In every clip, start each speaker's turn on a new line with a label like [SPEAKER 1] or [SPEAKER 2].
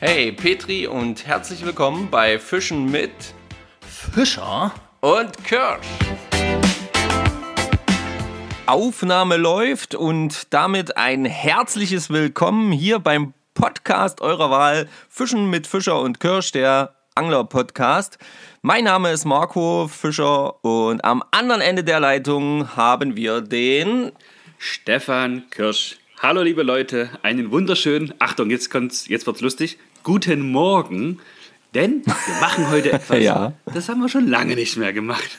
[SPEAKER 1] Hey Petri und herzlich willkommen bei Fischen mit
[SPEAKER 2] Fischer
[SPEAKER 1] und Kirsch. Aufnahme läuft und damit ein herzliches Willkommen hier beim Podcast eurer Wahl Fischen mit Fischer und Kirsch, der Angler-Podcast. Mein Name ist Marco Fischer und am anderen Ende der Leitung haben wir den
[SPEAKER 3] Stefan Kirsch. Hallo liebe Leute, einen wunderschönen, Achtung, jetzt wird's lustig, guten Morgen, denn wir machen heute etwas,
[SPEAKER 1] Ja.
[SPEAKER 3] Das haben wir schon lange nicht mehr gemacht.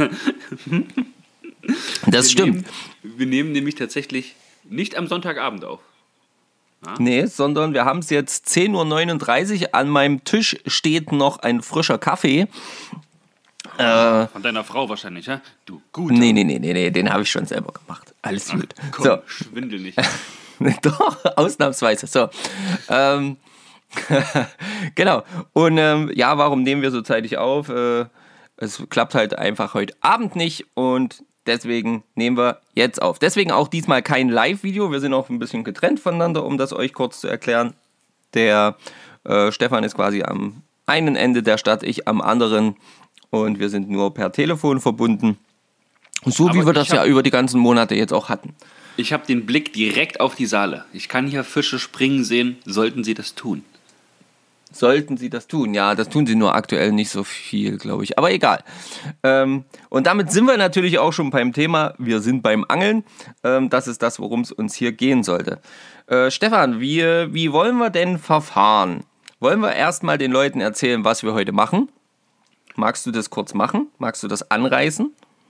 [SPEAKER 1] Das stimmt.
[SPEAKER 3] Wir nehmen nämlich tatsächlich nicht am Sonntagabend auf.
[SPEAKER 1] Nee, sondern wir haben es jetzt 10.39 Uhr. An meinem Tisch steht noch ein frischer Kaffee.
[SPEAKER 3] Von deiner Frau wahrscheinlich, ja? Du gut.
[SPEAKER 1] Nee, den habe ich schon selber gemacht. Alles gut.
[SPEAKER 3] Komm,
[SPEAKER 1] So.
[SPEAKER 3] schwindel nicht.
[SPEAKER 1] Doch, ausnahmsweise. So. Genau. Und ja, warum nehmen wir so zeitig auf? Es klappt halt einfach heute Abend nicht und deswegen nehmen wir jetzt auf. Deswegen auch diesmal kein Live-Video. Wir sind auch ein bisschen getrennt voneinander, um das euch kurz zu erklären. Der Stefan ist quasi am einen Ende der Stadt, ich am anderen. Und wir sind nur per Telefon verbunden. So
[SPEAKER 3] Aber
[SPEAKER 1] wie wir das ja über die ganzen Monate jetzt auch hatten.
[SPEAKER 3] Ich habe den Blick direkt auf die Saale. Ich kann hier Fische springen sehen, sollten sie das tun.
[SPEAKER 1] Sollten sie das tun? Ja, das tun sie nur aktuell nicht so viel, glaube ich. Aber egal. Und damit sind wir natürlich auch schon beim Thema. Wir sind beim Angeln. Das ist das, worum es uns hier gehen sollte. Stefan, wie wollen wir denn verfahren? Wollen wir erstmal den Leuten erzählen, was wir heute machen? Magst du das kurz machen? Magst du das anreißen?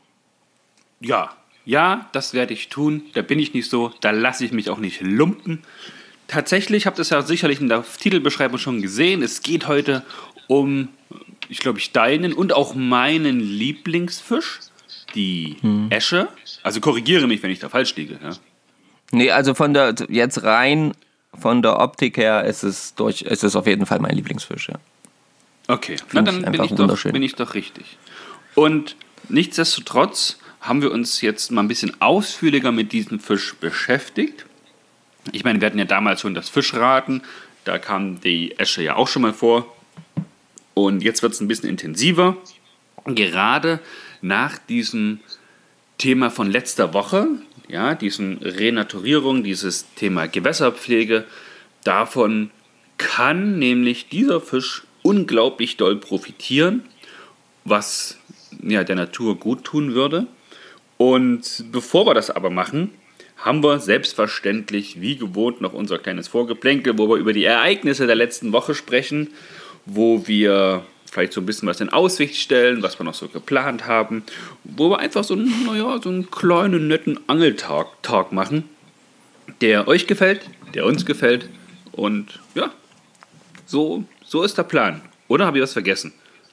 [SPEAKER 3] Ja, das werde ich tun. Da bin ich nicht so, da lasse ich mich auch nicht lumpen. Tatsächlich, habt ihr es ja sicherlich in der Titelbeschreibung schon gesehen, es geht heute um, deinen und auch meinen Lieblingsfisch, die Äsche. Also korrigiere mich, wenn ich da falsch liege. Ja?
[SPEAKER 1] Nee, also jetzt rein von der Optik her ist es auf jeden Fall mein Lieblingsfisch, ja.
[SPEAKER 3] Okay, na dann bin ich doch richtig. Und nichtsdestotrotz haben wir uns jetzt mal ein bisschen ausführlicher mit diesem Fisch beschäftigt. Ich meine, wir hatten ja damals schon das Fischraten, da kam die Äsche ja auch schon mal vor. Und jetzt wird es ein bisschen intensiver, gerade nach diesem Thema von letzter Woche, ja, diesen Renaturierung, dieses Thema Gewässerpflege. Davon kann nämlich dieser Fisch unglaublich doll profitieren, was ja, der Natur gut tun würde. Und bevor wir das aber machen, haben wir selbstverständlich wie gewohnt noch unser kleines Vorgeplänkel, wo wir über die Ereignisse der letzten Woche sprechen, wo wir vielleicht so ein bisschen was in Aussicht stellen, was wir noch so geplant haben, wo wir einfach so einen kleinen, netten Angeltag machen, der euch gefällt, der uns gefällt und ja, so ist der Plan. Oder habe ich was vergessen?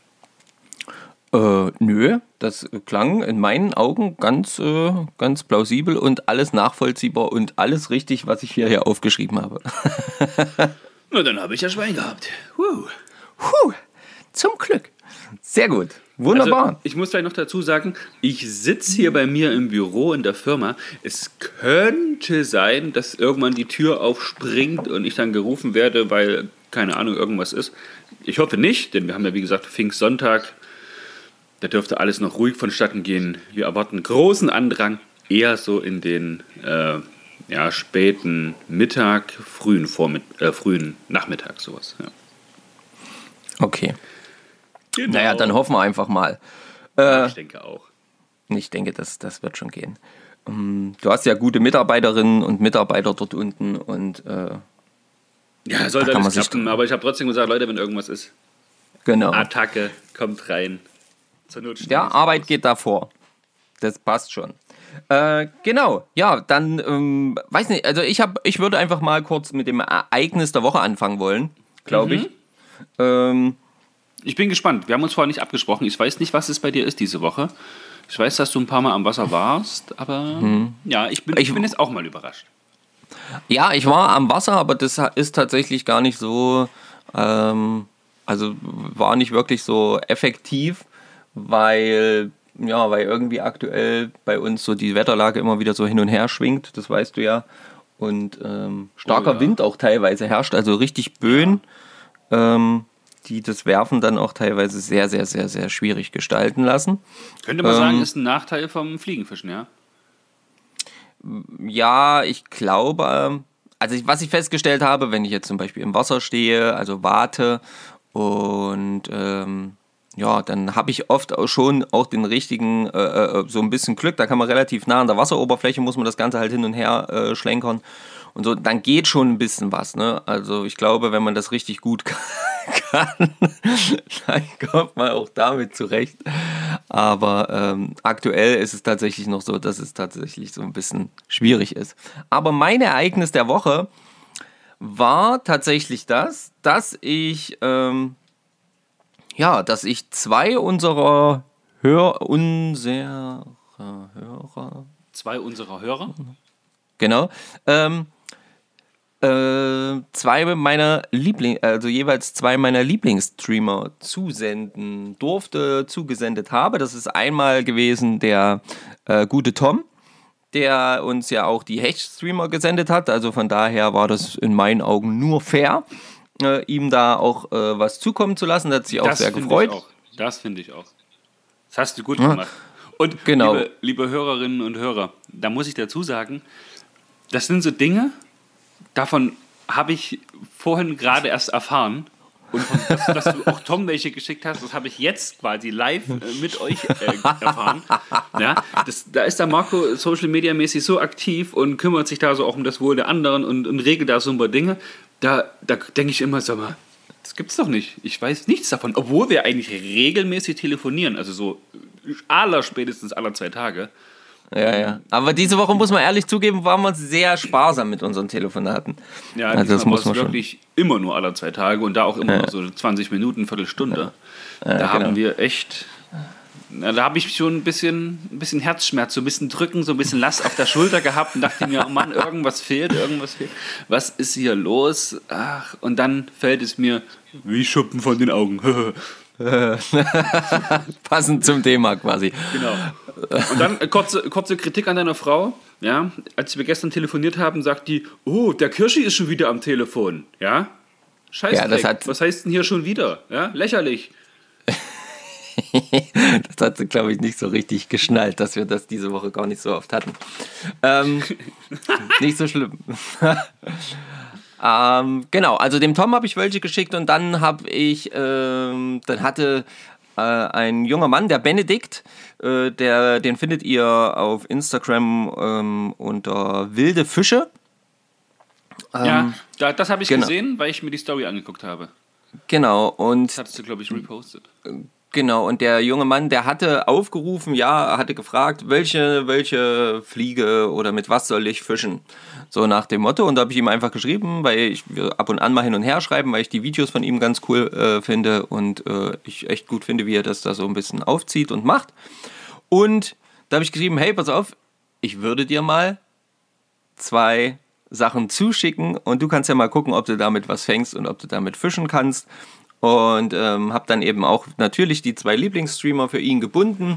[SPEAKER 1] Nö, das klang in meinen Augen ganz plausibel und alles nachvollziehbar und alles richtig, was ich hier aufgeschrieben habe.
[SPEAKER 3] Na, dann habe ich ja Schwein gehabt.
[SPEAKER 1] Zum Glück. Sehr gut. Wunderbar.
[SPEAKER 3] Also, ich muss vielleicht noch dazu sagen, ich sitze hier bei mir im Büro in der Firma. Es könnte sein, dass irgendwann die Tür aufspringt und ich dann gerufen werde, weil, keine Ahnung, irgendwas ist. Ich hoffe nicht, denn wir haben ja, wie gesagt, Pfingstsonntag. Da dürfte alles noch ruhig vonstatten gehen. Wir erwarten großen Andrang, eher so in den späten Mittag, frühen Nachmittag, sowas. Ja.
[SPEAKER 1] Okay.
[SPEAKER 3] Genau.
[SPEAKER 1] Naja, dann hoffen wir einfach mal.
[SPEAKER 3] Ich denke auch.
[SPEAKER 1] Ich denke, das wird schon gehen. Du hast ja gute Mitarbeiterinnen und Mitarbeiter dort unten und
[SPEAKER 3] ja, sollte alles klappen, aber ich habe trotzdem gesagt, Leute, wenn irgendwas ist,
[SPEAKER 1] genau.
[SPEAKER 3] Attacke, kommt rein. Zur Not
[SPEAKER 1] Ja, Arbeit geht davor. Das passt schon. Genau, ja, dann, weiß nicht, also ich würde einfach mal kurz mit dem Ereignis der Woche anfangen wollen, glaube ich.
[SPEAKER 3] Ich bin gespannt, wir haben uns vorher nicht abgesprochen, ich weiß nicht, was es bei dir ist diese Woche. Ich weiß, dass du ein paar Mal am Wasser warst, aber ja, ich bin jetzt auch mal überrascht.
[SPEAKER 1] Ja, ich war am Wasser, aber das ist tatsächlich gar nicht so, also war nicht wirklich so effektiv, weil irgendwie aktuell bei uns so die Wetterlage immer wieder so hin und her schwingt, das weißt du ja. Und starker Wind auch teilweise herrscht, also richtig Böen. die das Werfen dann auch teilweise sehr, sehr, sehr, sehr schwierig gestalten lassen.
[SPEAKER 3] Könnte man sagen, ist ein Nachteil vom Fliegenfischen, ja?
[SPEAKER 1] Ja, ich glaube, also was ich festgestellt habe, wenn ich jetzt zum Beispiel im Wasser stehe, also warte und ja, dann habe ich oft auch schon auch den richtigen, so ein bisschen Glück, da kann man relativ nah an der Wasseroberfläche, muss man das Ganze halt hin und her schlenkern und so, dann geht schon ein bisschen was, ne? Also ich glaube, wenn man das richtig gut kann, dann kommt man auch damit zurecht. Aber aktuell ist es tatsächlich noch so, dass es tatsächlich so ein bisschen schwierig ist. Aber mein Ereignis der Woche war tatsächlich das, dass ich zwei unserer Hörer.
[SPEAKER 3] Zwei unserer Hörer?
[SPEAKER 1] Genau. Zwei meiner jeweils zwei meiner Lieblingsstreamer zugesendet habe. Das ist einmal gewesen der gute Tom, der uns ja auch die Hecht-Streamer gesendet hat. Also von daher war das in meinen Augen nur fair, ihm da auch was zukommen zu lassen. Das hat sich auch sehr gefreut.
[SPEAKER 3] Das finde ich auch. Das hast du gut gemacht. Und
[SPEAKER 1] genau.
[SPEAKER 3] liebe Hörerinnen und Hörer, da muss ich dazu sagen, das sind so Dinge, davon habe ich vorhin gerade erst erfahren. Und dass du auch Tom welche geschickt hast, das habe ich jetzt quasi live mit euch erfahren. Ja, da ist der Marco Social Media mäßig so aktiv und kümmert sich da so auch um das Wohl der anderen und regelt da so ein paar Dinge. Da denke ich immer, sag mal, das gibt's doch nicht. Ich weiß nichts davon. Obwohl wir eigentlich regelmäßig telefonieren, also so spätestens alle 2 Tage.
[SPEAKER 1] Ja. Aber diese Woche, muss man ehrlich zugeben, waren wir sehr sparsam mit unseren Telefonaten.
[SPEAKER 3] Ja, also das muss man wirklich immer nur alle 2 Tage und da auch immer nur so 20 Minuten, Viertelstunde. Da haben wir echt... Da habe ich schon ein bisschen Herzschmerz, so ein bisschen Drücken, so ein bisschen Last auf der Schulter gehabt und dachte mir, oh Mann, irgendwas fehlt. Was ist hier los? Ach, und dann fällt es mir wie Schuppen von den Augen.
[SPEAKER 1] Passend zum Thema quasi.
[SPEAKER 3] Genau. Und dann kurze Kritik an deiner Frau. Ja, als wir gestern telefoniert haben, sagt die, oh, der Kirschi ist schon wieder am Telefon. Ja, Scheißdreck. Ja, was heißt denn hier schon wieder? Ja, lächerlich.
[SPEAKER 1] Das hat sie, glaube ich, nicht so richtig geschnallt, dass wir das diese Woche gar nicht so oft hatten. Nicht so schlimm. Genau, also dem Tom habe ich welche geschickt und dann hatte ein junger Mann, der Benedikt, den findet ihr auf Instagram unter wilde Fische.
[SPEAKER 3] Ja, das habe ich gesehen, weil ich mir die Story angeguckt habe.
[SPEAKER 1] Genau, und
[SPEAKER 3] das hattest du, glaube ich, repostet.
[SPEAKER 1] Genau, und der junge Mann, der hatte aufgerufen, hatte gefragt, welche Fliege oder mit was soll ich fischen? So nach dem Motto. Und da habe ich ihm einfach geschrieben, weil wir ab und an mal hin und her schreiben, weil ich die Videos von ihm ganz cool finde und ich echt gut finde, wie er das da so ein bisschen aufzieht und macht. Und da habe ich geschrieben, hey, pass auf, ich würde dir mal 2 Sachen zuschicken und du kannst ja mal gucken, ob du damit was fängst und ob du damit fischen kannst. Und habe dann eben auch natürlich die 2 Lieblingsstreamer für ihn gebunden,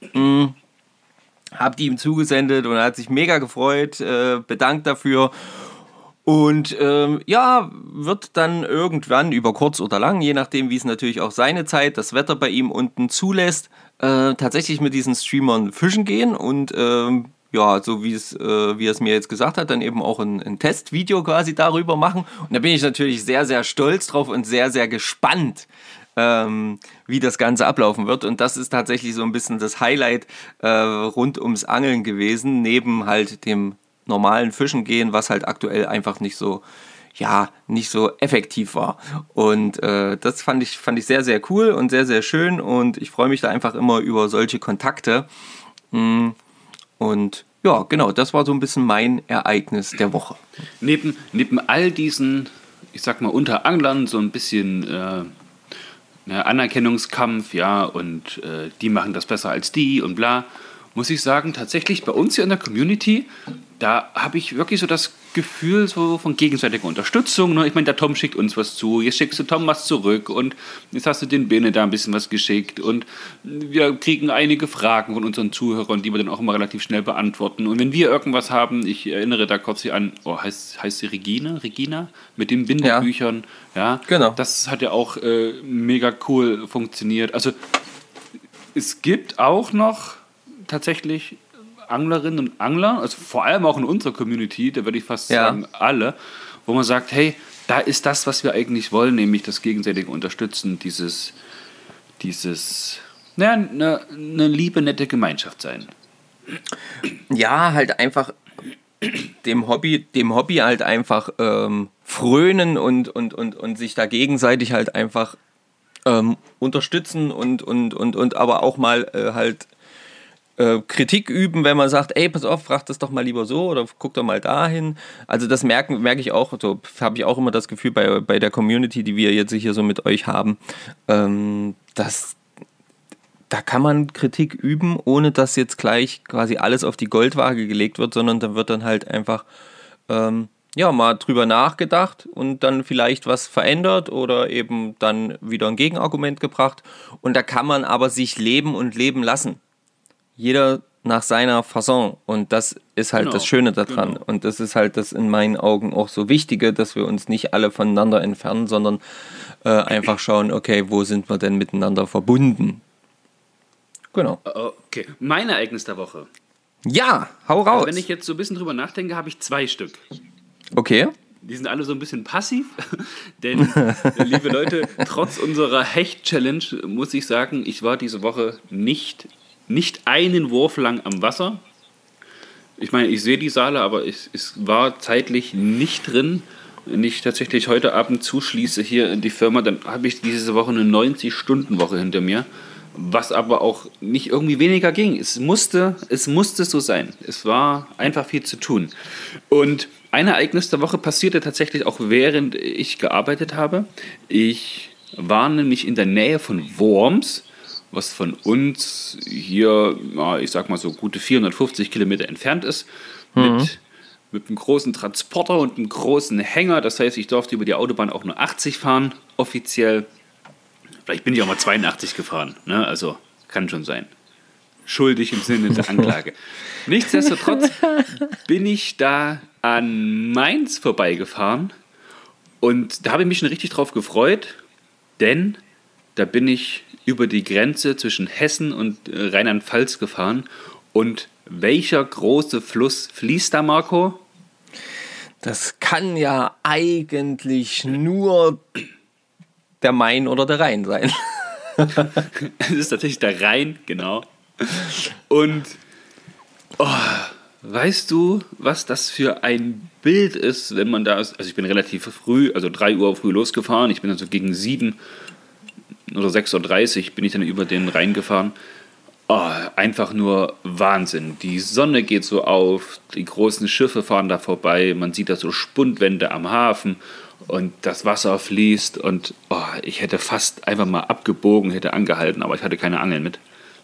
[SPEAKER 1] habe die ihm zugesendet und er hat sich mega gefreut, bedankt dafür und wird dann irgendwann über kurz oder lang, je nachdem wie es natürlich auch seine Zeit, das Wetter bei ihm unten zulässt, tatsächlich mit diesen Streamern fischen gehen und so wie er es mir jetzt gesagt hat, dann eben auch ein Testvideo quasi darüber machen. Und da bin ich natürlich sehr, sehr stolz drauf und sehr, sehr gespannt, wie das Ganze ablaufen wird. Und das ist tatsächlich so ein bisschen das Highlight rund ums Angeln gewesen, neben halt dem normalen Fischen gehen, was halt aktuell einfach nicht so effektiv war. Und das fand ich sehr, sehr cool und sehr, sehr schön. Und ich freue mich da einfach immer über solche Kontakte. Und ja, genau, das war so ein bisschen mein Ereignis der Woche.
[SPEAKER 3] Neben all diesen, ich sag mal, unter Anglern so ein bisschen Anerkennungskampf, ja, und die machen das besser als die und bla, muss ich sagen, tatsächlich bei uns hier in der Community, da habe ich wirklich so das Gefühl so von gegenseitiger Unterstützung. Ne? Ich meine, der Tom schickt uns was zu, jetzt schickst du Tom was zurück und jetzt hast du den Bene da ein bisschen was geschickt und wir kriegen einige Fragen von unseren Zuhörern, die wir dann auch immer relativ schnell beantworten. Und wenn wir irgendwas haben, ich erinnere da kurz hier an, heißt sie Regina, mit den Bilderbüchern, ja,
[SPEAKER 1] genau.
[SPEAKER 3] Das hat ja auch mega cool funktioniert. Also es gibt auch noch tatsächlich Anglerinnen und Angler, also vor allem auch in unserer Community, da würde ich fast sagen alle, wo man sagt, hey, da ist das, was wir eigentlich wollen, nämlich das gegenseitige Unterstützen, dieses eine liebe, nette Gemeinschaft sein.
[SPEAKER 1] Ja, halt einfach dem Hobby halt einfach frönen und sich da gegenseitig halt einfach unterstützen und aber auch mal halt Kritik üben, wenn man sagt, ey, pass auf, frag das doch mal lieber so oder guck doch mal dahin. Also das merke ich auch, so habe ich auch immer das Gefühl bei der Community, die wir jetzt hier so mit euch haben, dass da kann man Kritik üben, ohne dass jetzt gleich quasi alles auf die Goldwaage gelegt wird, sondern da wird dann halt einfach mal drüber nachgedacht und dann vielleicht was verändert oder eben dann wieder ein Gegenargument gebracht. Und da kann man aber sich leben und leben lassen. Jeder nach seiner Fasson. Und das ist halt das Schöne daran. Genau. Und das ist halt das in meinen Augen auch so Wichtige, dass wir uns nicht alle voneinander entfernen, sondern einfach schauen, okay, wo sind wir denn miteinander verbunden? Genau.
[SPEAKER 3] Okay, mein Ereignis der Woche.
[SPEAKER 1] Ja, hau raus.
[SPEAKER 3] Also wenn ich jetzt so ein bisschen drüber nachdenke, habe ich 2 Stück.
[SPEAKER 1] Okay.
[SPEAKER 3] Die sind alle so ein bisschen passiv, denn, liebe Leute, trotz unserer Hecht-Challenge muss ich sagen, ich war diese Woche nicht einen Wurf lang am Wasser. Ich meine, ich sehe die Saale, aber es war zeitlich nicht drin. Wenn ich tatsächlich heute Abend zuschließe hier in die Firma, dann habe ich diese Woche eine 90-Stunden-Woche hinter mir, was aber auch nicht irgendwie weniger ging. Es musste so sein. Es war einfach viel zu tun. Und ein Ereignis der Woche passierte tatsächlich auch während ich gearbeitet habe. Ich war nämlich in der Nähe von Worms, was von uns hier, ich sag mal so gute 450 Kilometer entfernt ist, mit einem großen Transporter und einem großen Hänger. Das heißt, ich durfte über die Autobahn auch nur 80 fahren, offiziell. Vielleicht bin ich auch mal 82 gefahren, ne? Also kann schon sein. Schuldig im Sinne der Anklage. Nichtsdestotrotz bin ich da an Mainz vorbeigefahren und da habe ich mich schon richtig drauf gefreut, denn da bin ich über die Grenze zwischen Hessen und Rheinland-Pfalz gefahren. Und welcher große Fluss fließt da, Marco?
[SPEAKER 1] Das kann ja eigentlich nur der Main oder der Rhein sein.
[SPEAKER 3] Es ist tatsächlich der Rhein, genau. Und weißt du, was das für ein Bild ist, wenn man da ist? Also ich bin relativ früh, also 3 Uhr früh losgefahren. Ich bin also gegen 7 oder 6.30 Uhr bin ich dann über den Rhein gefahren. Einfach nur Wahnsinn. Die Sonne geht so auf, die großen Schiffe fahren da vorbei, man sieht da so Spundwände am Hafen und das Wasser fließt und ich hätte fast einfach mal abgebogen, hätte angehalten, aber ich hatte keine Angeln mit.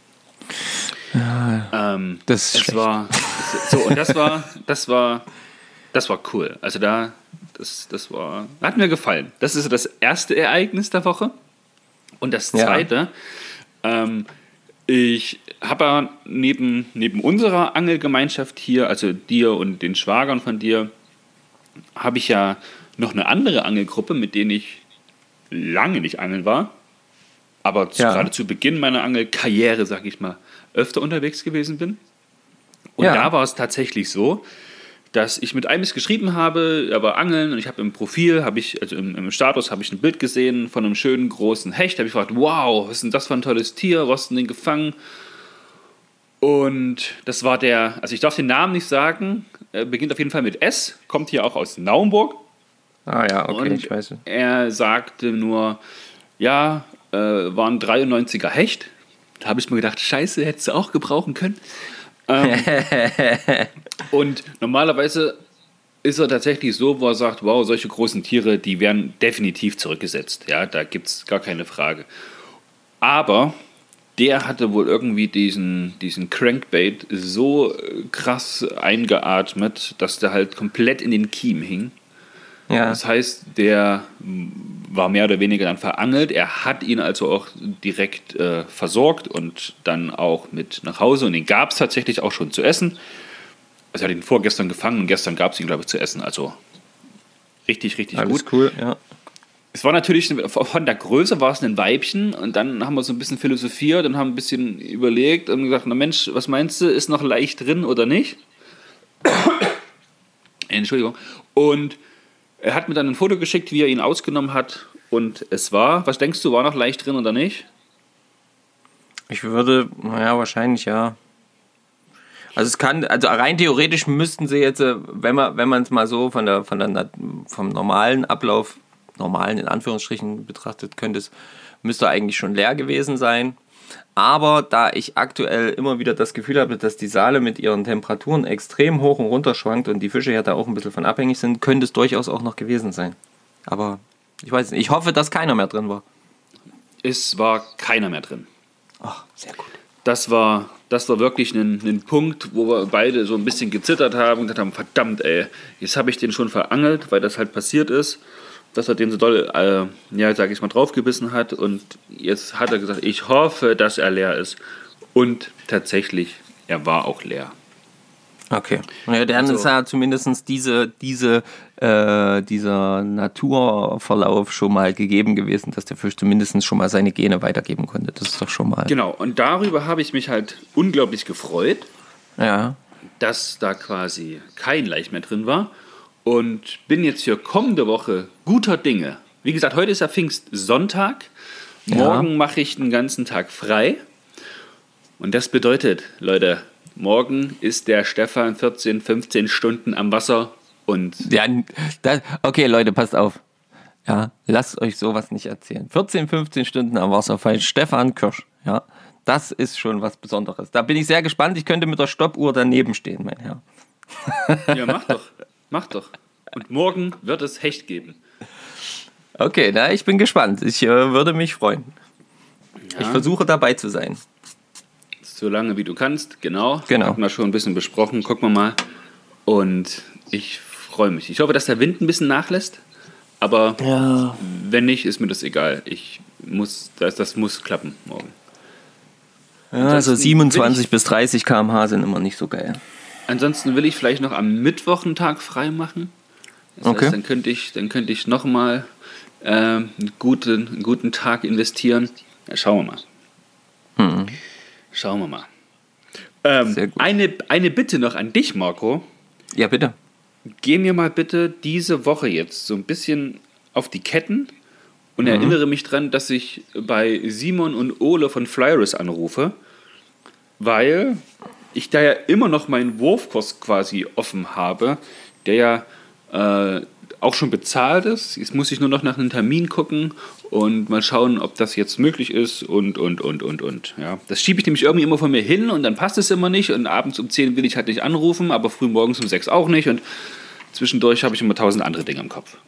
[SPEAKER 1] Das ist schlecht.
[SPEAKER 3] Das war cool. Also das hat mir gefallen. Das ist das erste Ereignis der Woche. Und das zweite, ich habe neben unserer Angelgemeinschaft hier, also dir und den Schwagern von dir, habe ich ja noch eine andere Angelgruppe, mit denen ich lange nicht angeln war, aber gerade zu Beginn meiner Angelkarriere, sag ich mal, öfter unterwegs gewesen bin. Und da war es tatsächlich so, dass ich mit einem geschrieben habe, er war angeln und ich habe im Profil, im Status habe ich ein Bild gesehen von einem schönen großen Hecht. Da habe ich gefragt, wow, was ist denn das für ein tolles Tier, wo hast du den gefangen? Und das war also ich darf den Namen nicht sagen, er beginnt auf jeden Fall mit S, kommt hier auch aus Naumburg.
[SPEAKER 1] Ah ja, okay,
[SPEAKER 3] und
[SPEAKER 1] ich weiß.
[SPEAKER 3] Er sagte nur, war ein 93er Hecht. Da habe ich mir gedacht, scheiße, hättest du auch gebrauchen können. Und normalerweise ist er tatsächlich so, wo er sagt, wow, solche großen Tiere, die werden definitiv zurückgesetzt. Ja, da gibt es gar keine Frage. Aber der hatte wohl irgendwie diesen Crankbait so krass eingeatmet, dass der halt komplett in den Kiem hing. Ja. Das heißt, der war mehr oder weniger dann verangelt. Er hat ihn also auch direkt versorgt und dann auch mit nach Hause. Und den gab es tatsächlich auch schon zu essen. Also er hat ihn vorgestern gefangen und gestern gab es ihn, glaube ich, zu essen. Also richtig, richtig
[SPEAKER 1] alles
[SPEAKER 3] gut.
[SPEAKER 1] Cool, ja.
[SPEAKER 3] Es war natürlich, von der Größe war es ein Weibchen und dann haben wir so ein bisschen philosophiert und haben ein bisschen überlegt und gesagt, na Mensch, was meinst du, ist noch leicht drin oder nicht? Entschuldigung. Und er hat mir dann ein Foto geschickt, wie er ihn ausgenommen hat und es war, was denkst du, war noch leicht drin oder nicht?
[SPEAKER 1] Ich würde, wahrscheinlich ja. Also rein theoretisch müssten sie jetzt, wenn man es mal so vom normalen Ablauf, normalen in Anführungsstrichen betrachtet, müsste eigentlich schon leer gewesen sein. Aber da ich aktuell immer wieder das Gefühl habe, dass die Saale mit ihren Temperaturen extrem hoch und runter schwankt und die Fische ja da auch ein bisschen von abhängig sind, könnte es durchaus auch noch gewesen sein. Aber ich weiß nicht. Ich hoffe, dass keiner mehr drin war.
[SPEAKER 3] Es war keiner mehr drin.
[SPEAKER 1] Ach, sehr gut.
[SPEAKER 3] Das war wirklich ein Punkt, wo wir beide so ein bisschen gezittert haben und gesagt haben, verdammt ey, jetzt habe ich den schon verangelt, weil das halt passiert ist, dass er den so doll, sag ich mal, draufgebissen hat und jetzt hat er gesagt, ich hoffe, dass er leer ist. Und tatsächlich, er war auch leer.
[SPEAKER 1] Okay. Ja, dann ist ja zumindest dieser Naturverlauf schon mal gegeben gewesen, dass der Fisch zumindest schon mal seine Gene weitergeben konnte. Das ist doch schon mal...
[SPEAKER 3] Genau, und darüber habe ich mich halt unglaublich gefreut, dass da quasi kein Laich mehr drin war. Und bin jetzt für kommende Woche guter Dinge. Wie gesagt, heute ist ja Pfingstsonntag. Morgen mache ich den ganzen Tag frei. Und das bedeutet, Leute, morgen ist der Stefan 14, 15 Stunden am Wasser. Und
[SPEAKER 1] okay, Leute, passt auf. Ja, lasst euch sowas nicht erzählen. 14, 15 Stunden am Wasser bei Stefan Kirsch. Ja, das ist schon was Besonderes. Da bin ich sehr gespannt. Ich könnte mit der Stoppuhr daneben stehen, mein Herr.
[SPEAKER 3] Ja, mach doch. Und morgen wird es Hecht geben.
[SPEAKER 1] Okay, ich bin gespannt. Ich würde mich freuen. Ja. Ich versuche dabei zu sein.
[SPEAKER 3] So lange wie du kannst, genau. Hatten wir schon ein bisschen besprochen. Gucken wir mal. Und ich freue mich. Ich hoffe, dass der Wind ein bisschen nachlässt. Aber wenn nicht, ist mir das egal. Das muss klappen morgen.
[SPEAKER 1] Ja, also 27 bis 30 km/h sind immer nicht so geil.
[SPEAKER 3] Ansonsten will ich vielleicht noch am Mittwoch einen Tag frei machen. Das heißt, dann könnte ich nochmal einen guten Tag investieren. Ja, schauen wir mal. Schauen wir mal. Sehr gut. Eine Bitte noch an dich, Marco.
[SPEAKER 1] Ja, bitte.
[SPEAKER 3] Geh mir mal bitte diese Woche jetzt so ein bisschen auf die Ketten und erinnere mich dran, dass ich bei Simon und Ole von Flyris anrufe, weil ich da ja immer noch meinen Wurfkurs quasi offen habe, der ja auch schon bezahlt ist. Jetzt muss ich nur noch nach einem Termin gucken und mal schauen, ob das jetzt möglich ist und. Ja. Das schiebe ich nämlich irgendwie immer von mir hin und dann passt es immer nicht und abends um 10 will ich halt nicht anrufen, aber früh morgens um 6 auch nicht und zwischendurch habe ich immer 1000 andere Dinge im Kopf.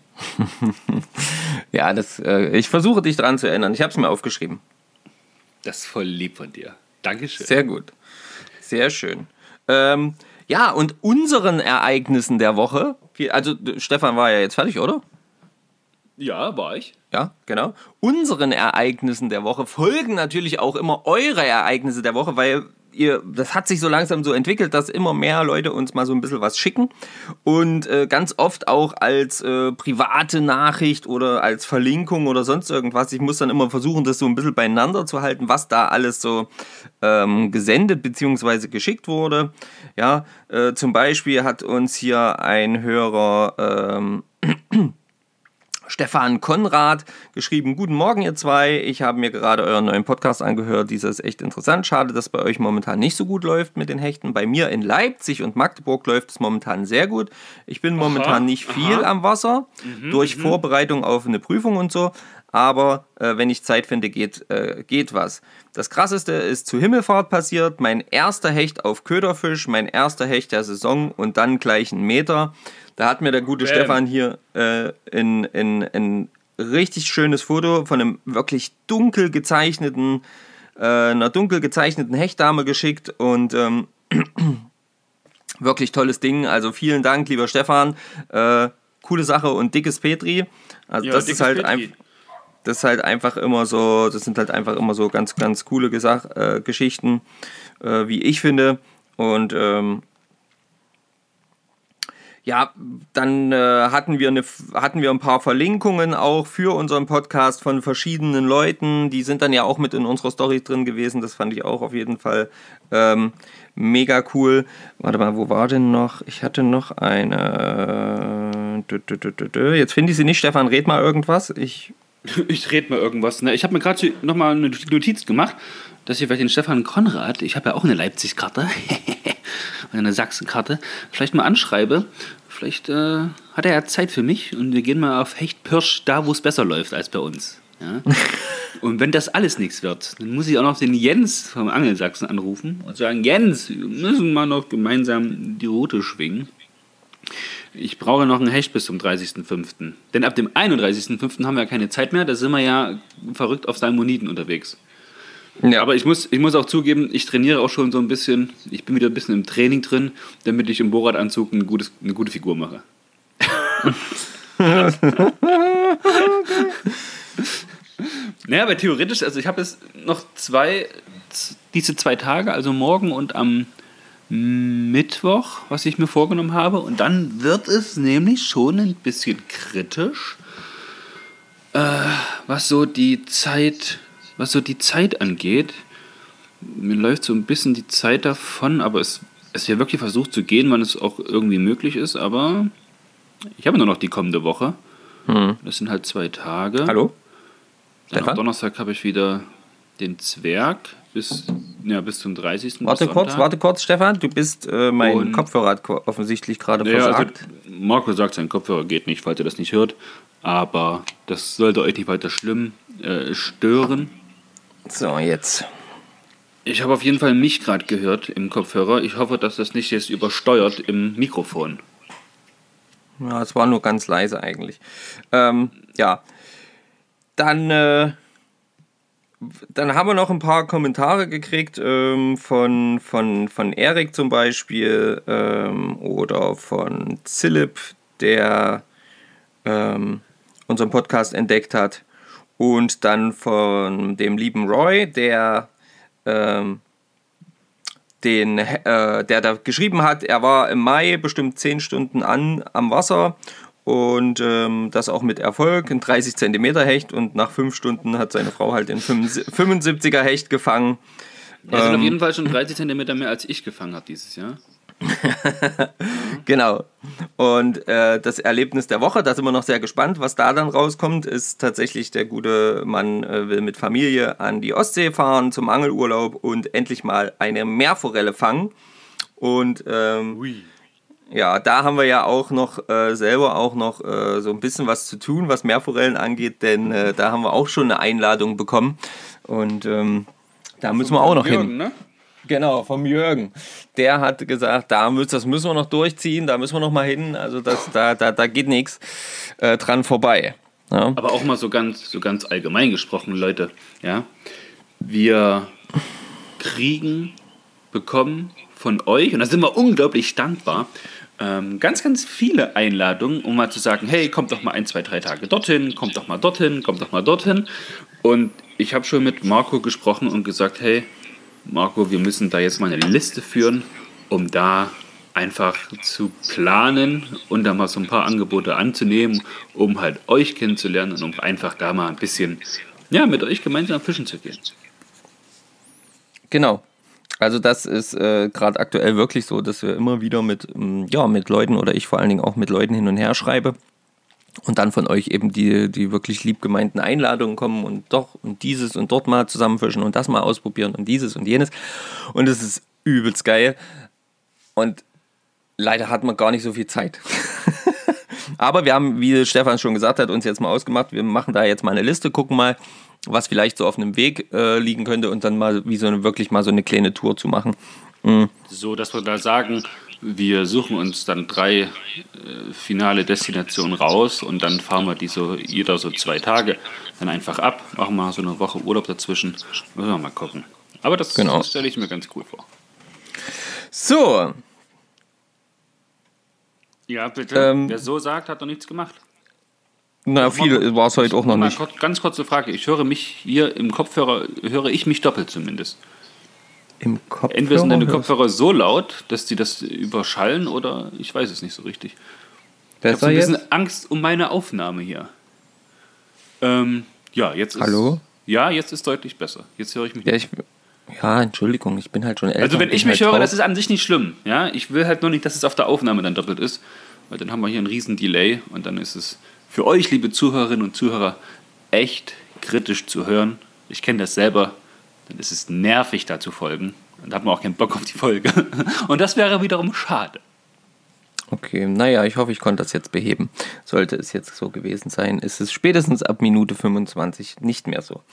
[SPEAKER 1] Ja, ich versuche dich daran zu erinnern. Ich habe es mir aufgeschrieben.
[SPEAKER 3] Das ist voll lieb von dir. Dankeschön.
[SPEAKER 1] Sehr gut. Sehr schön. Und unseren Ereignissen der Woche, also Stefan war ja jetzt fertig, oder?
[SPEAKER 3] Ja, war ich.
[SPEAKER 1] Ja, genau. Unseren Ereignissen der Woche folgen natürlich auch immer eure Ereignisse der Woche, weil das hat sich so langsam so entwickelt, dass immer mehr Leute uns mal so ein bisschen was schicken und ganz oft auch als private Nachricht oder als Verlinkung oder sonst irgendwas. Ich muss dann immer versuchen, das so ein bisschen beieinander zu halten, was da alles so gesendet bzw. geschickt wurde. Ja, zum Beispiel hat uns hier ein Hörer Stefan Konrad geschrieben: Guten Morgen ihr zwei, ich habe mir gerade euren neuen Podcast angehört, dieser ist echt interessant, schade, dass bei euch momentan nicht so gut läuft mit den Hechten. Bei mir in Leipzig und Magdeburg läuft es momentan sehr gut. Ich bin momentan nicht viel am Wasser, durch Vorbereitung auf eine Prüfung und so, aber wenn ich Zeit finde, geht was. Das Krasseste ist zu Himmelfahrt passiert, mein erster Hecht auf Köderfisch, mein erster Hecht der Saison und dann gleich 1 Meter. Da hat mir der gute Stefan hier ein richtig schönes Foto von einem wirklich dunkel gezeichneten einer dunkel gezeichneten Hechtdame geschickt und wirklich tolles Ding. Also vielen Dank, lieber Stefan. Coole Sache und dickes Petri. Also ja, das ist halt einfach. Das ist halt einfach immer so, das sind halt einfach immer so ganz, ganz coole Geschichten, wie ich finde. Und ja, dann hatten wir ein paar Verlinkungen auch für unseren Podcast von verschiedenen Leuten. Die sind dann ja auch mit in unserer Story drin gewesen. Das fand ich auch auf jeden Fall mega cool. Warte mal, wo war denn noch? Ich hatte noch eine. Jetzt finde ich sie nicht. Stefan, red mal irgendwas. Ich
[SPEAKER 3] rede mal irgendwas. Ne? Ich habe mir gerade nochmal eine Notiz gemacht, dass ich vielleicht den Stefan Konrad, ich habe ja auch eine Leipzig-Karte und eine Sachsen-Karte, vielleicht mal anschreibe. Vielleicht hat er ja Zeit für mich und wir gehen mal auf Hecht-Pirsch, da wo es besser läuft als bei uns. Ja? Und wenn das alles nichts wird, dann muss ich auch noch den Jens vom Angelsachsen anrufen und sagen, Jens, wir müssen mal noch gemeinsam die Route schwingen. Ich brauche noch einen Hecht bis zum 30.05. Denn ab dem 31.05. haben wir ja keine Zeit mehr. Da sind wir ja verrückt auf Salmoniden unterwegs. Ja. Aber ich muss auch zugeben, ich trainiere auch schon so ein bisschen. Ich bin wieder ein bisschen im Training drin, damit ich im Bohrradanzug eine gute Figur mache. Naja, aber theoretisch, also ich habe jetzt noch diese 2 Tage, also morgen und am Mittwoch, was ich mir vorgenommen habe. Und dann wird es nämlich schon ein bisschen kritisch, was so die Zeit angeht. Mir läuft so ein bisschen die Zeit davon, aber es wird wirklich versucht zu gehen, wann es auch irgendwie möglich ist. Aber ich habe nur noch die kommende Woche. Das sind halt 2 Tage.
[SPEAKER 1] Hallo?
[SPEAKER 3] Dann am Donnerstag habe ich wieder den Zwerg bis zum 30.
[SPEAKER 1] Warte kurz, Stefan, du bist, mein Kopfhörer hat offensichtlich gerade versagt.
[SPEAKER 3] Also Marco sagt, sein Kopfhörer geht nicht, falls ihr das nicht hört, aber das sollte euch nicht weiter schlimm stören.
[SPEAKER 1] So, jetzt.
[SPEAKER 3] Ich habe auf jeden Fall mich gerade gehört im Kopfhörer. Ich hoffe, dass das nicht jetzt übersteuert im Mikrofon.
[SPEAKER 1] Ja, es war nur ganz leise eigentlich. Ja, dann haben wir noch ein paar Kommentare gekriegt von Erik zum Beispiel oder von Zillip, der unseren Podcast entdeckt hat, und dann von dem lieben Roy, der da geschrieben hat, er war im Mai bestimmt 10 Stunden am Wasser. Und das auch mit Erfolg, ein 30 cm Hecht, und nach 5 Stunden hat seine Frau halt den 75er Hecht gefangen.
[SPEAKER 3] Er sind auf jeden Fall schon 30 cm mehr, als ich gefangen habe dieses Jahr.
[SPEAKER 1] Genau. Und das Erlebnis der Woche, da sind wir noch sehr gespannt, was da dann rauskommt, ist tatsächlich, der gute Mann will mit Familie an die Ostsee fahren zum Angelurlaub und endlich mal eine Meerforelle fangen. Und ja, da haben wir ja auch noch selber so ein bisschen was zu tun, was Meerforellen angeht, denn da haben wir auch schon eine Einladung bekommen und da müssen wir auch noch Jürgen, hin. Ne? Genau, vom Jürgen. Der hat gesagt, das müssen wir noch durchziehen, da müssen wir noch mal hin, also da geht nichts dran vorbei. Ja?
[SPEAKER 3] Aber auch mal so ganz allgemein gesprochen, Leute, ja, wir bekommen von euch, und da sind wir unglaublich dankbar, ganz, ganz viele Einladungen, um mal zu sagen, hey, kommt doch mal 1, 2, 3 Tage dorthin, kommt doch mal dorthin, kommt doch mal dorthin. Und ich habe schon mit Marco gesprochen und gesagt, hey, Marco, wir müssen da jetzt mal eine Liste führen, um da einfach zu planen und da mal so ein paar Angebote anzunehmen, um halt euch kennenzulernen und um einfach da mal ein bisschen, ja, mit euch gemeinsam fischen zu gehen.
[SPEAKER 1] Genau. Also das ist gerade aktuell wirklich so, dass wir immer wieder mit Leuten, oder ich vor allen Dingen auch mit Leuten hin und her schreibe und dann von euch eben die wirklich lieb gemeinten Einladungen kommen und dieses und dort mal zusammenfischen und das mal ausprobieren und dieses und jenes, und es ist übelst geil und leider hat man gar nicht so viel Zeit. Aber wir haben, wie Stefan schon gesagt hat, uns jetzt mal ausgemacht, wir machen da jetzt mal eine Liste, gucken mal, was vielleicht so auf einem Weg liegen könnte, und dann mal wirklich mal so eine kleine Tour zu machen.
[SPEAKER 3] So, dass wir da sagen, wir suchen uns dann 3 finale Destinationen raus und dann fahren wir die so jeder so 2 Tage dann einfach ab, machen mal so eine Woche Urlaub dazwischen, müssen wir mal gucken. Aber das stelle ich mir ganz cool vor.
[SPEAKER 1] So.
[SPEAKER 3] Ja, bitte. Wer so sagt, hat noch nichts gemacht.
[SPEAKER 1] Na, viel war es heute auch noch nicht.
[SPEAKER 3] Ganz kurze Frage. Ich höre mich hier im Kopfhörer, höre ich mich doppelt zumindest.
[SPEAKER 1] Im Kopfhörer?
[SPEAKER 3] Entweder sind deine Kopfhörer so laut, dass die das überschallen oder ich weiß es nicht so richtig. Ich habe so ein bisschen Angst um meine Aufnahme hier. Ja, jetzt ist...
[SPEAKER 1] Hallo?
[SPEAKER 3] Ja, jetzt ist deutlich besser. Jetzt höre ich mich
[SPEAKER 1] nicht. Ja, Entschuldigung, ich bin halt schon älter.
[SPEAKER 3] Also wenn ich mich höre, das ist an sich nicht schlimm. Ja? Ich will halt nur nicht, dass es auf der Aufnahme dann doppelt ist, weil dann haben wir hier einen riesen Delay und dann ist es für euch, liebe Zuhörerinnen und Zuhörer, echt kritisch zu hören. Ich kenne das selber, dann ist es nervig, da zu folgen. Dann hat man auch keinen Bock auf die Folge. Und das wäre wiederum schade.
[SPEAKER 1] Okay, naja, ich hoffe, ich konnte das jetzt beheben. Sollte es jetzt so gewesen sein, ist es spätestens ab Minute 25 nicht mehr so.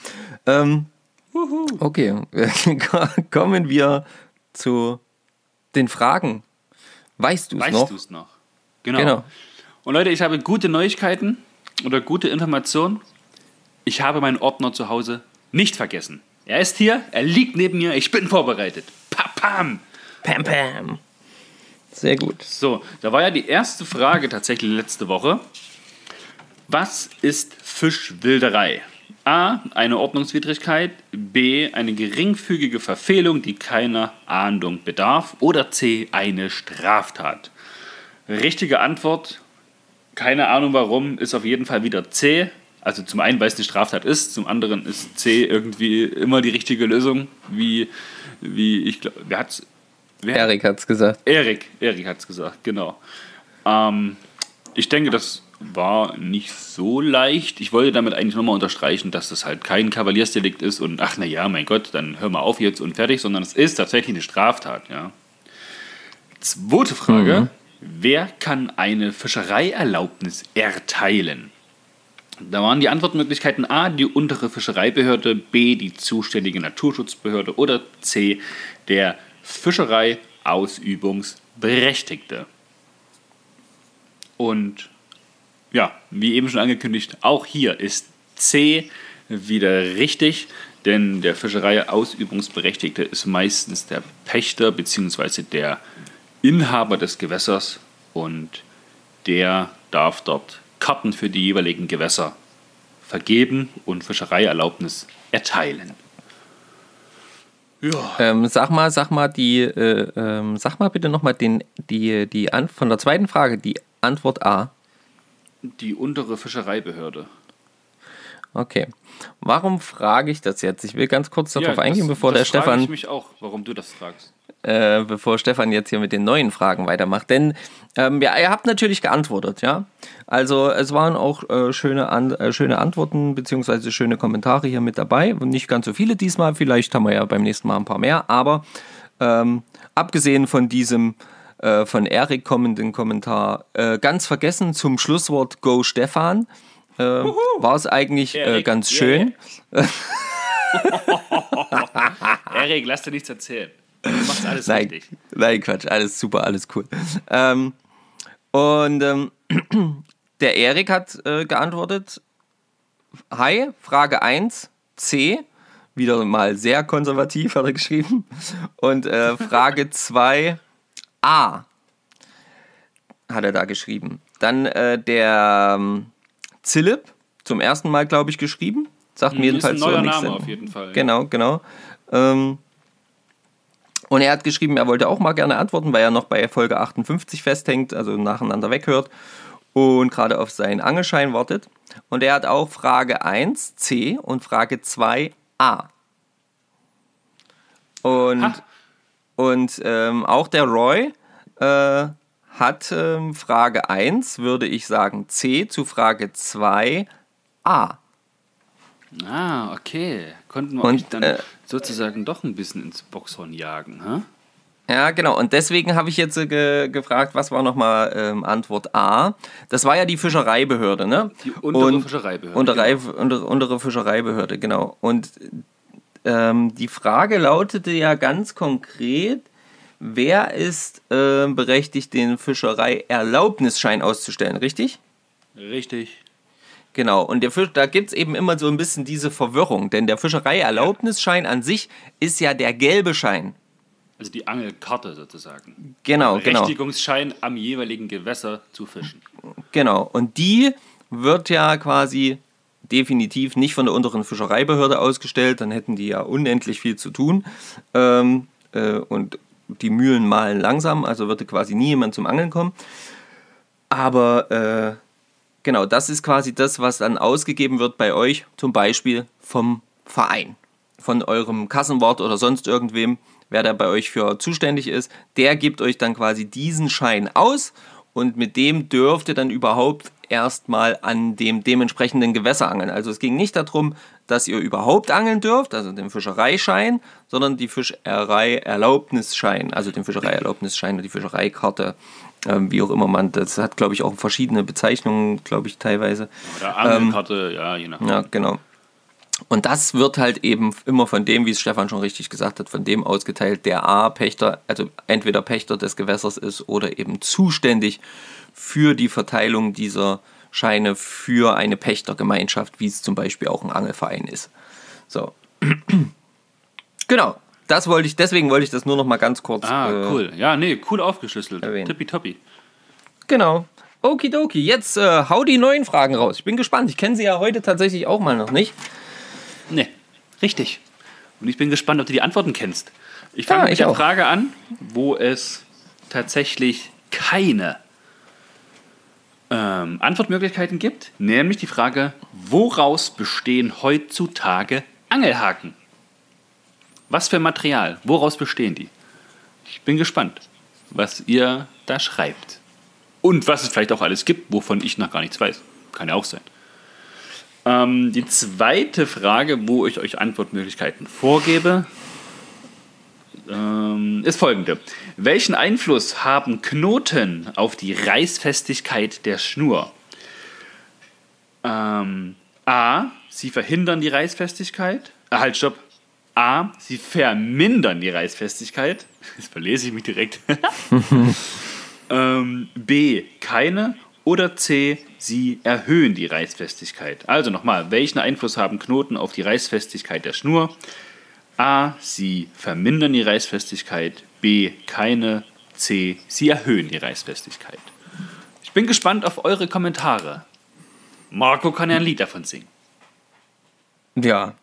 [SPEAKER 1] Okay, kommen wir zu den Fragen. Weißt du es noch?
[SPEAKER 3] Genau. Und Leute, ich habe gute Neuigkeiten oder gute Informationen. Ich habe meinen Ordner zu Hause nicht vergessen. Er ist hier, er liegt neben mir, ich bin vorbereitet. Pam!
[SPEAKER 1] Pam, pam. Sehr gut.
[SPEAKER 3] So, da war ja die erste Frage tatsächlich letzte Woche. Was ist Fischwilderei? A, eine Ordnungswidrigkeit, B, eine geringfügige Verfehlung, die keiner Ahndung bedarf, oder C, eine Straftat. Richtige Antwort, keine Ahnung warum, ist auf jeden Fall wieder C. Also zum einen, weil es eine Straftat ist, zum anderen ist C irgendwie immer die richtige Lösung, wie ich glaube,
[SPEAKER 1] Erik hat es gesagt.
[SPEAKER 3] Erik hat es gesagt, genau. Ich denke, das war nicht so leicht. Ich wollte damit eigentlich nochmal unterstreichen, dass das halt kein Kavaliersdelikt ist und ach na ja, mein Gott, dann hör mal auf jetzt und fertig, sondern es ist tatsächlich eine Straftat. Ja. Zweite Frage, wer kann eine Fischereierlaubnis erteilen? Da waren die Antwortmöglichkeiten A, die untere Fischereibehörde, B, die zuständige Naturschutzbehörde oder C, der Fischereiausübungsberechtigte. Und ja, wie eben schon angekündigt, auch hier ist C wieder richtig, denn der Fischereiausübungsberechtigte ist meistens der Pächter bzw. der Inhaber des Gewässers und der darf dort Karten für die jeweiligen Gewässer vergeben und Fischereierlaubnis erteilen.
[SPEAKER 1] Ja. Sag mal bitte nochmal von der zweiten Frage die Antwort A.
[SPEAKER 3] Die untere Fischereibehörde.
[SPEAKER 1] Okay. Warum frage ich das jetzt? Ich will ganz kurz darauf eingehen, bevor der Stefan...
[SPEAKER 3] Das frage ich mich auch, warum du das fragst.
[SPEAKER 1] Bevor Stefan jetzt hier mit den neuen Fragen weitermacht. Denn ihr habt natürlich geantwortet, ja. Also es waren auch schöne Antworten bzw. schöne Kommentare hier mit dabei. Und nicht ganz so viele diesmal, vielleicht haben wir ja beim nächsten Mal ein paar mehr. Aber abgesehen von diesem von Erik kommenden Kommentar, ganz vergessen zum Schlusswort Go Stefan, war es eigentlich
[SPEAKER 3] Erik,
[SPEAKER 1] ganz schön.
[SPEAKER 3] Erik, lass dir nichts erzählen. Du machst alles richtig.
[SPEAKER 1] Nein, Quatsch, alles super, alles cool. Der Erik hat geantwortet, hi, Frage 1, C, wieder mal sehr konservativ hat er geschrieben, und Frage 2, A, hat er da geschrieben. Dann der Zillip, zum ersten Mal, glaube ich, geschrieben, sagt mir jedenfalls
[SPEAKER 3] so nichts.
[SPEAKER 1] Ist
[SPEAKER 3] ein neuer Name auf jeden Fall.
[SPEAKER 1] Genau. Und er hat geschrieben, er wollte auch mal gerne antworten, weil er noch bei Folge 58 festhängt, also nacheinander weghört und gerade auf seinen Angelschein wartet. Und er hat auch Frage 1 C und Frage 2 A. Und auch der Roy hat Frage 1, würde ich sagen, C zu Frage 2 A.
[SPEAKER 3] Ah, okay. Konnten wir euch dann sozusagen doch ein bisschen ins Boxhorn jagen, hä?
[SPEAKER 1] Ja, genau. Und deswegen habe ich jetzt gefragt, was war nochmal Antwort A? Das war ja die Fischereibehörde, ne?
[SPEAKER 3] Die untere Fischereibehörde.
[SPEAKER 1] Untere Fischereibehörde, genau. Und die Frage lautete ja ganz konkret, wer ist berechtigt, den Fischereierlaubnisschein auszustellen, richtig?
[SPEAKER 3] Richtig.
[SPEAKER 1] Genau, und da gibt es eben immer so ein bisschen diese Verwirrung, denn der Fischereierlaubnisschein an sich ist ja der gelbe Schein.
[SPEAKER 3] Also die Angelkarte sozusagen.
[SPEAKER 1] Genau,
[SPEAKER 3] Berechtigungsschein am jeweiligen Gewässer zu fischen.
[SPEAKER 1] Genau, und die wird ja quasi definitiv nicht von der unteren Fischereibehörde ausgestellt, dann hätten die ja unendlich viel zu tun und die Mühlen mahlen langsam, also würde quasi nie jemand zum Angeln kommen. Aber genau, das ist quasi das, was dann ausgegeben wird bei euch, zum Beispiel vom Verein, von eurem Kassenwart oder sonst irgendwem, wer da bei euch für zuständig ist, der gibt euch dann quasi diesen Schein aus und mit dem dürft ihr dann überhaupt erstmal an dem dementsprechenden Gewässer angeln. Also es ging nicht darum, dass ihr überhaupt angeln dürft, also den Fischereischein, sondern die Fischereierlaubnisschein, also den Fischereierlaubnisschein und die Fischereikarte, wie auch immer man, das hat glaube ich auch verschiedene Bezeichnungen, glaube ich teilweise.
[SPEAKER 3] Oder Angelkarte, ja, je nachdem.
[SPEAKER 1] Ja, genau. Und das wird halt eben immer von dem, wie es Stefan schon richtig gesagt hat, von dem ausgeteilt, der Pächter, also entweder Pächter des Gewässers ist oder eben zuständig für die Verteilung dieser Scheine für eine Pächtergemeinschaft, wie es zum Beispiel auch ein Angelverein ist. So. Genau, deswegen wollte ich das nur noch mal ganz kurz.
[SPEAKER 3] Cool. Ja, nee, cool aufgeschlüsselt.
[SPEAKER 1] Erwähnen.
[SPEAKER 3] Tippitoppi.
[SPEAKER 1] Genau. Okidoki, jetzt hau die neuen Fragen raus. Ich bin gespannt. Ich kenne sie ja heute tatsächlich auch mal noch nicht.
[SPEAKER 3] Nee, richtig. Und ich bin gespannt, ob du die Antworten kennst. Ich fange mit der Frage an, wo es tatsächlich keine Antwortmöglichkeiten gibt. Nämlich die Frage, woraus bestehen heutzutage Angelhaken? Was für Material? Woraus bestehen die? Ich bin gespannt, was ihr da schreibt. Und was es vielleicht auch alles gibt, wovon ich noch gar nichts weiß. Kann ja auch sein. Die zweite Frage, wo ich euch Antwortmöglichkeiten vorgebe, ist folgende. Welchen Einfluss haben Knoten auf die Reißfestigkeit der Schnur? A. Sie verhindern die Reißfestigkeit. Halt, stopp. A. Sie vermindern die Reißfestigkeit. Jetzt verlese ich mich direkt. B. Keine. Oder C. Sie erhöhen die Reißfestigkeit. Also nochmal, welchen Einfluss haben Knoten auf die Reißfestigkeit der Schnur? A. Sie vermindern die Reißfestigkeit. B. Keine. C. Sie erhöhen die Reißfestigkeit. Ich bin gespannt auf eure Kommentare. Marco kann ja ein Lied davon singen.
[SPEAKER 1] Ja.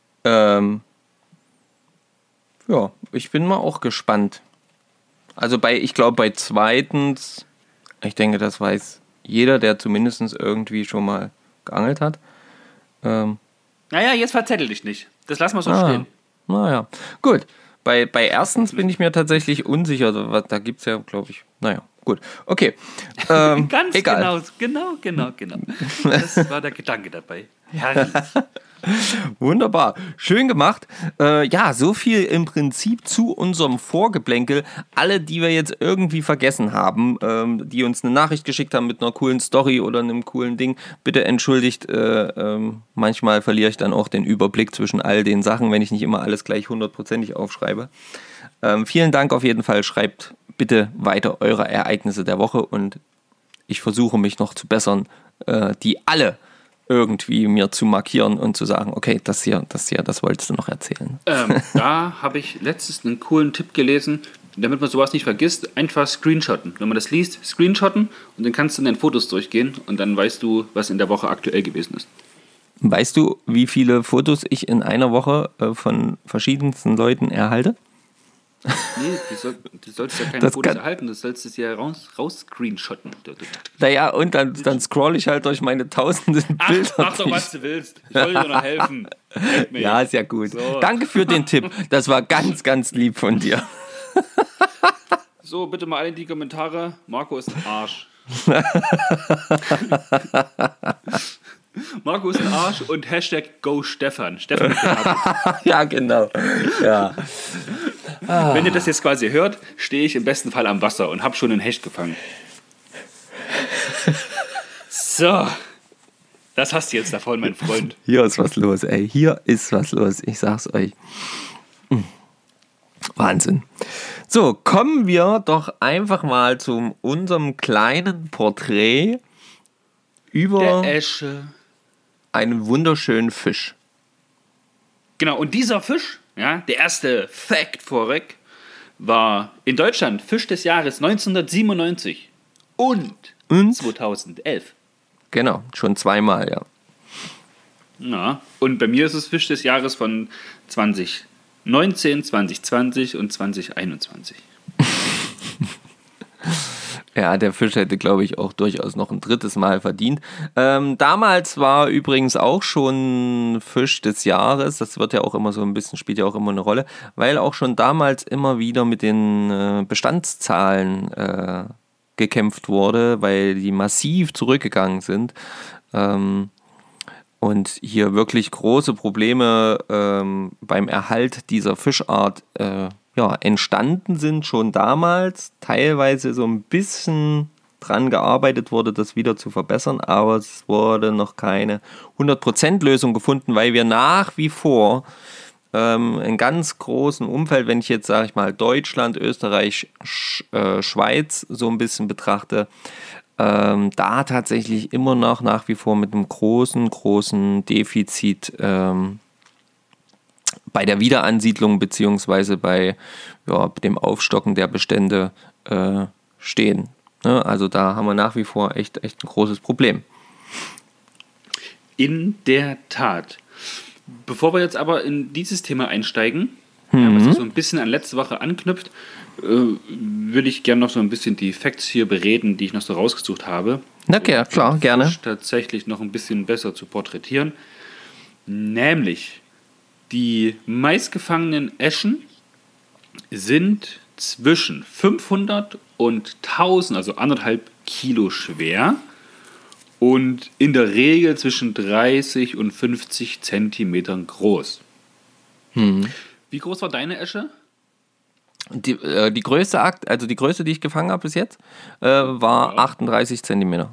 [SPEAKER 1] Ja, ich bin mal auch gespannt. Also ich glaube bei zweitens, ich denke, das weiß jeder, der zumindest irgendwie schon mal geangelt hat.
[SPEAKER 3] Naja, jetzt verzettel dich nicht. Das lassen wir so stehen.
[SPEAKER 1] Naja, gut. Bei erstens bin ich mir tatsächlich unsicher. Da gibt es ja, glaube ich, naja, gut. Okay.
[SPEAKER 3] Ganz
[SPEAKER 1] egal.
[SPEAKER 3] Genau. Das war der Gedanke dabei. Herrlich.
[SPEAKER 1] Wunderbar, schön gemacht. Ja, so viel im Prinzip zu unserem Vorgeplänkel. Alle, die wir jetzt irgendwie vergessen haben, die uns eine Nachricht geschickt haben mit einer coolen Story oder einem coolen Ding, bitte entschuldigt. Manchmal verliere ich dann auch den Überblick zwischen all den Sachen, wenn ich nicht immer alles gleich 100%ig aufschreibe. Vielen Dank auf jeden Fall. Schreibt bitte weiter eure Ereignisse der Woche und ich versuche mich noch zu bessern, die alle irgendwie mir zu markieren und zu sagen, okay, das hier, das wolltest du noch erzählen.
[SPEAKER 3] Da habe ich letztens einen coolen Tipp gelesen, damit man sowas nicht vergisst, einfach screenshotten. Wenn man das liest, screenshotten und dann kannst du in deinen Fotos durchgehen und dann weißt du, was in der Woche aktuell gewesen ist.
[SPEAKER 1] Weißt du, wie viele Fotos ich in einer Woche von verschiedensten Leuten erhalte?
[SPEAKER 3] Nee, du sollst ja keine Fotos erhalten, du sollst es ja raus screenshotten.
[SPEAKER 1] Naja, und dann scroll ich halt durch meine tausenden Bilder.
[SPEAKER 3] Mach doch, was du willst. Ich soll dir doch noch helfen.
[SPEAKER 1] Ja, ist ja gut. So. Danke für den Tipp. Das war ganz, ganz lieb von dir.
[SPEAKER 3] So, bitte mal alle in die Kommentare. Marco ist ein Arsch. Marco ist ein Arsch und Hashtag GoStefan. Stefan mit
[SPEAKER 1] Ja, genau. Ja.
[SPEAKER 3] Wenn ihr das jetzt quasi hört, stehe ich im besten Fall am Wasser und habe schon einen Hecht gefangen. So, das hast du jetzt davon, mein Freund.
[SPEAKER 1] Hier ist was los, ey. Hier ist was los. Ich sag's euch. Wahnsinn. So, kommen wir doch einfach mal zu unserem kleinen Porträt über
[SPEAKER 3] der Esche.
[SPEAKER 1] Einen wunderschönen Fisch.
[SPEAKER 3] Genau, und dieser Fisch, ja, der erste Fact vorweg, war in Deutschland Fisch des Jahres 1997 und 2011.
[SPEAKER 1] Genau, schon zweimal, ja.
[SPEAKER 3] Ja, und bei mir ist es Fisch des Jahres von 2019, 2020 und 2021.
[SPEAKER 1] Ja, der Fisch hätte, glaube ich, auch durchaus noch ein drittes Mal verdient. Damals war übrigens auch schon Fisch des Jahres, das wird ja auch immer so ein bisschen, spielt ja auch immer eine Rolle, weil auch schon damals immer wieder mit den Bestandszahlen gekämpft wurde, weil die massiv zurückgegangen sind. Und hier wirklich große Probleme beim Erhalt dieser Fischart entstanden sind schon damals, teilweise so ein bisschen dran gearbeitet wurde, das wieder zu verbessern, aber es wurde noch keine 100% Lösung gefunden, weil wir nach wie vor in ganz großen Umfeld, wenn ich jetzt, sage ich mal, Deutschland, Österreich, Schweiz so ein bisschen betrachte, da tatsächlich immer noch nach wie vor mit einem großen Defizit bei der Wiederansiedlung beziehungsweise bei dem Aufstocken der Bestände stehen. Ne? Also da haben wir nach wie vor echt ein großes Problem.
[SPEAKER 3] In der Tat. Bevor wir jetzt aber in dieses Thema einsteigen, was so ein bisschen an letzte Woche anknüpft, würde ich gerne noch so ein bisschen die Facts hier bereden, die ich noch so rausgesucht habe.
[SPEAKER 1] Na klar, gerne.
[SPEAKER 3] Tatsächlich noch ein bisschen besser zu porträtieren. Nämlich, die meistgefangenen Äschen sind zwischen 500 und 1000, also 1,5 Kilo schwer und in der Regel zwischen 30 und 50 Zentimetern groß. Wie groß war deine Esche?
[SPEAKER 1] Die größte, die ich gefangen habe bis jetzt, war 38 Zentimeter.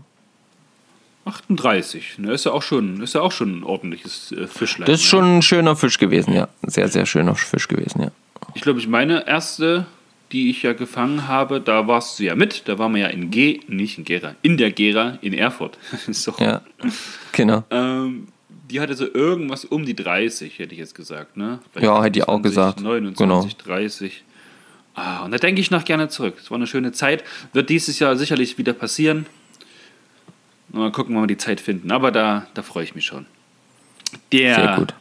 [SPEAKER 3] 38, ne, ist ja auch schon ein ordentliches Fischlein.
[SPEAKER 1] Das ist schon ein schöner Fisch gewesen, ja. Sehr, sehr schöner Fisch gewesen, ja.
[SPEAKER 3] Ich glaube, meine erste, die ich ja gefangen habe, da warst du ja mit. Da waren wir ja in der Gera in Erfurt. So.
[SPEAKER 1] Ja, genau.
[SPEAKER 3] Die hatte so irgendwas um die 30, hätte ich jetzt gesagt, ne?
[SPEAKER 1] Ja, hätte ich auch gesagt.
[SPEAKER 3] 29,
[SPEAKER 1] genau.
[SPEAKER 3] 30. Und da denke ich noch gerne zurück. Es war eine schöne Zeit. Wird dieses Jahr sicherlich wieder passieren. Mal gucken, wann wir die Zeit finden. Aber da freue ich mich schon.
[SPEAKER 1] Sehr gut.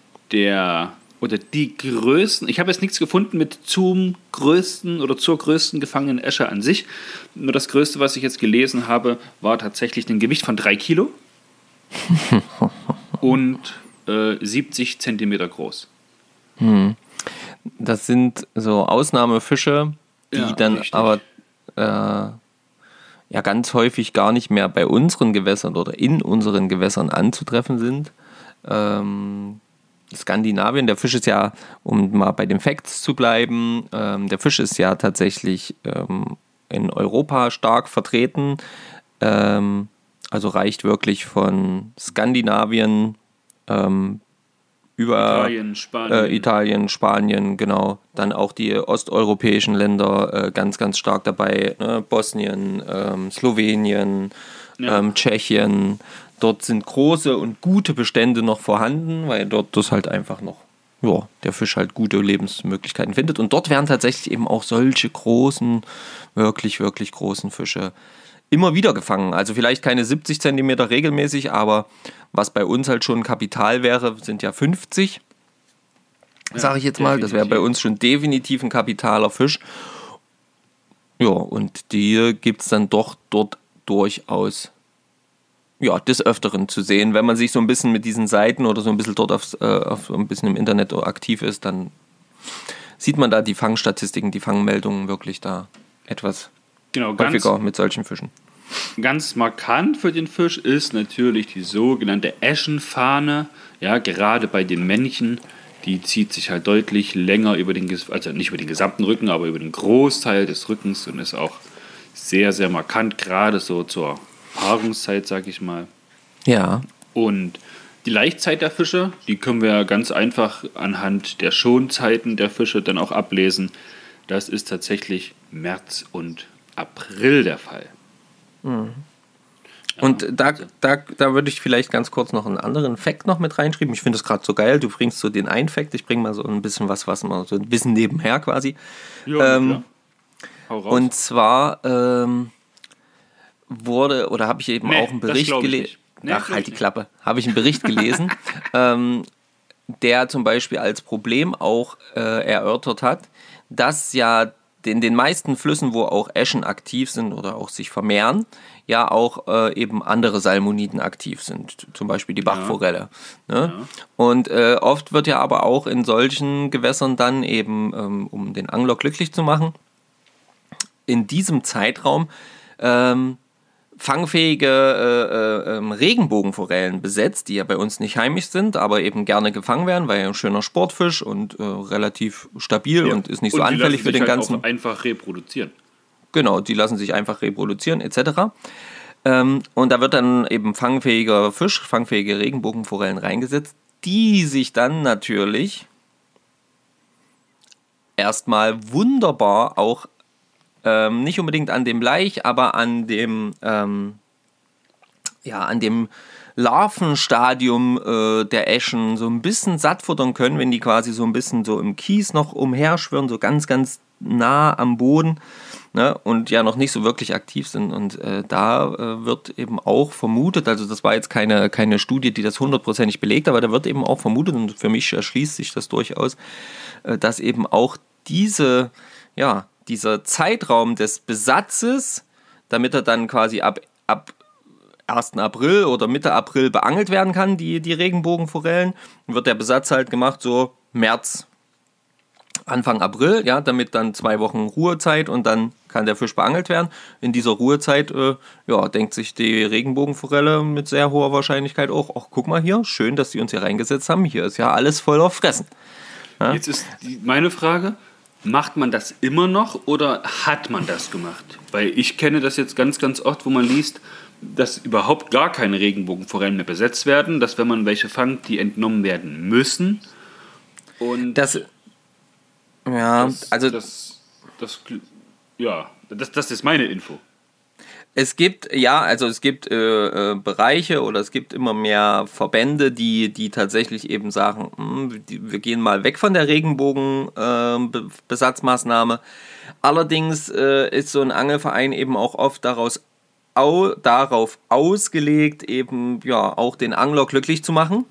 [SPEAKER 3] Die größten, ich habe jetzt nichts gefunden mit zur größten gefangenen Esche an sich. Nur das Größte, was ich jetzt gelesen habe, war tatsächlich ein Gewicht von 3 Kilo und 70 Zentimeter groß.
[SPEAKER 1] Das sind so Ausnahmefische, die dann richtig. Aber ganz häufig gar nicht mehr bei unseren Gewässern oder in unseren Gewässern anzutreffen sind. Skandinavien, der Fisch ist ja, um mal bei den Facts zu bleiben, der Fisch ist ja tatsächlich in Europa stark vertreten. Also reicht wirklich von Skandinavien über Italien, Spanien, genau. Dann auch die osteuropäischen Länder ganz, ganz stark dabei. Ne? Bosnien, Slowenien, Tschechien. Dort sind große und gute Bestände noch vorhanden, weil dort das halt einfach noch, der Fisch halt gute Lebensmöglichkeiten findet. Und dort werden tatsächlich eben auch solche großen, wirklich, wirklich großen Fische immer wieder gefangen. Also vielleicht keine 70 Zentimeter regelmäßig, aber was bei uns halt schon Kapital wäre, sind ja 50, sage ich jetzt mal. Das wäre bei uns schon definitiv ein kapitaler Fisch. Ja, und die gibt es dann doch dort durchaus des Öfteren zu sehen. Wenn man sich so ein bisschen mit diesen Seiten oder so ein bisschen dort auf ein bisschen im Internet aktiv ist, dann sieht man da die Fangstatistiken, die Fangmeldungen wirklich da etwas häufiger mit solchen Fischen.
[SPEAKER 3] Ganz markant für den Fisch ist natürlich die sogenannte Eschenfahne. Ja, gerade bei den Männchen, die zieht sich halt deutlich länger also nicht über den gesamten Rücken, aber über den Großteil des Rückens und ist auch sehr, sehr markant, gerade so zur Paarungszeit, sag ich mal.
[SPEAKER 1] Ja.
[SPEAKER 3] Und Die Laichzeit der Fische, die können wir ganz einfach anhand der Schonzeiten der Fische dann auch ablesen. Das ist tatsächlich März und April der Fall.
[SPEAKER 1] Mhm. Und da würde ich vielleicht ganz kurz noch einen anderen Fact noch mit reinschreiben. Ich finde es gerade so geil, du bringst so den einen Fact, ich bringe mal so ein bisschen was man so ein bisschen nebenher quasi.
[SPEAKER 3] Ja, klar. Hau raus.
[SPEAKER 1] Und zwar habe ich eben auch einen Bericht gelesen. Ach, halt die Klappe. Habe ich einen Bericht gelesen, der zum Beispiel als Problem auch erörtert hat, dass ja in den meisten Flüssen, wo auch Äschen aktiv sind oder auch sich vermehren, ja auch eben andere Salmoniden aktiv sind, zum Beispiel die Bachforelle. Ne? Ja. Und oft wird ja aber auch in solchen Gewässern dann eben, um den Angler glücklich zu machen, in diesem Zeitraum fangfähige Regenbogenforellen besetzt, die ja bei uns nicht heimisch sind, aber eben gerne gefangen werden, weil ja ein schöner Sportfisch und relativ stabil und ist nicht so anfällig für den ganzen.
[SPEAKER 3] Auch einfach reproduzieren.
[SPEAKER 1] Genau, die lassen sich einfach reproduzieren etc. Und da wird dann eben fangfähiger Fisch, fangfähige Regenbogenforellen reingesetzt, die sich dann natürlich erstmal wunderbar auch nicht unbedingt an dem Laich, aber an dem Larvenstadium der Äschen so ein bisschen satt futtern können, wenn die quasi so ein bisschen so im Kies noch umherschwirren, so ganz, ganz nah am Boden, ne, und ja noch nicht so wirklich aktiv sind. Und da wird eben auch vermutet, also das war jetzt keine Studie, die das 100% belegt, aber da wird eben auch vermutet, und für mich erschließt sich das durchaus, dass eben auch dieser Zeitraum des Besatzes, damit er dann quasi ab 1. April oder Mitte April beangelt werden kann, die Regenbogenforellen, wird der Besatz halt gemacht so März, Anfang April, ja, damit dann 2 Wochen Ruhezeit und dann kann der Fisch beangelt werden. In dieser Ruhezeit, denkt sich die Regenbogenforelle mit sehr hoher Wahrscheinlichkeit auch, ach, guck mal hier, schön, dass die uns hier reingesetzt haben, hier ist ja alles voller Fressen. Ja?
[SPEAKER 3] Jetzt ist meine Frage, macht man das immer noch oder hat man das gemacht? Weil ich kenne das jetzt ganz, ganz oft, wo man liest, dass überhaupt gar keine Regenbogenforellen mehr besetzt werden, dass wenn man welche fangt, die entnommen werden müssen. Und das ist meine Info.
[SPEAKER 1] Es gibt Bereiche oder es gibt immer mehr Verbände, die tatsächlich eben sagen, wir gehen mal weg von der Regenbogenbesatzmaßnahme. Allerdings ist so ein Angelverein eben auch oft darauf ausgelegt, eben auch den Angler glücklich zu machen.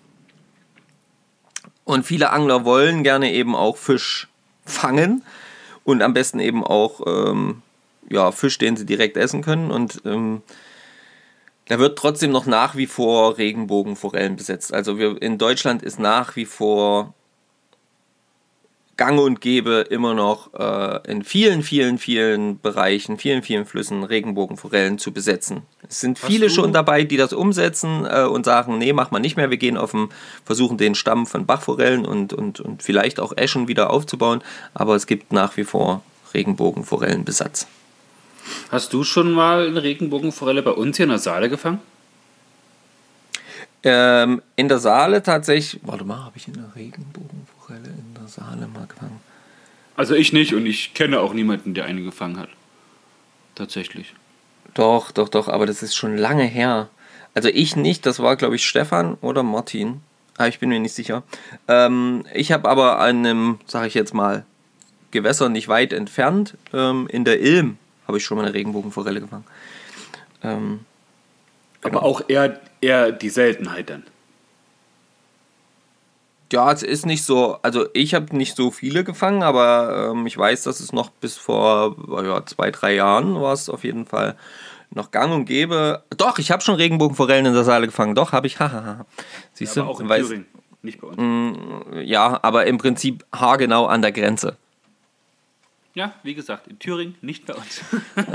[SPEAKER 1] Und viele Angler wollen gerne eben auch Fisch fangen und am besten eben auch Fisch, den sie direkt essen können. Und da wird trotzdem noch nach wie vor Regenbogenforellen besetzt. Also in Deutschland ist nach wie vor gang und gäbe immer noch in vielen, vielen, vielen Bereichen, vielen, vielen Flüssen Regenbogenforellen zu besetzen. Es sind viele schon dabei, die das umsetzen und sagen, nee, mach mal nicht mehr, wir gehen versuchen den Stamm von Bachforellen und vielleicht auch Äschen wieder aufzubauen, aber es gibt nach wie vor Regenbogenforellenbesatz.
[SPEAKER 3] Hast du schon mal eine Regenbogenforelle bei uns hier in der Saale gefangen?
[SPEAKER 1] In der Saale tatsächlich. Warte mal, habe ich eine Regenbogenforelle in der Saale mal gefangen?
[SPEAKER 3] Also ich nicht und ich kenne auch niemanden, der eine gefangen hat. Tatsächlich.
[SPEAKER 1] Doch, aber das ist schon lange her. Also ich nicht, das war glaube ich Stefan oder Martin. Aber ich bin mir nicht sicher. Ich habe aber an einem, sage ich jetzt mal, Gewässer nicht weit entfernt, in der Ilm, habe ich schon mal eine Regenbogenforelle gefangen.
[SPEAKER 3] Aber auch eher die Seltenheit dann.
[SPEAKER 1] Ja, es ist nicht so, also ich habe nicht so viele gefangen, aber ich weiß, dass es noch bis vor 2-3 Jahren war es auf jeden Fall noch gang und gäbe. Doch, ich habe schon Regenbogenforellen in der Saale gefangen, doch, habe ich, Siehst
[SPEAKER 3] ja,
[SPEAKER 1] du?
[SPEAKER 3] Aber auch in Thüringen, nicht bei uns.
[SPEAKER 1] Ja, aber im Prinzip haargenau an der Grenze.
[SPEAKER 3] Ja, wie gesagt, in Thüringen, nicht bei uns.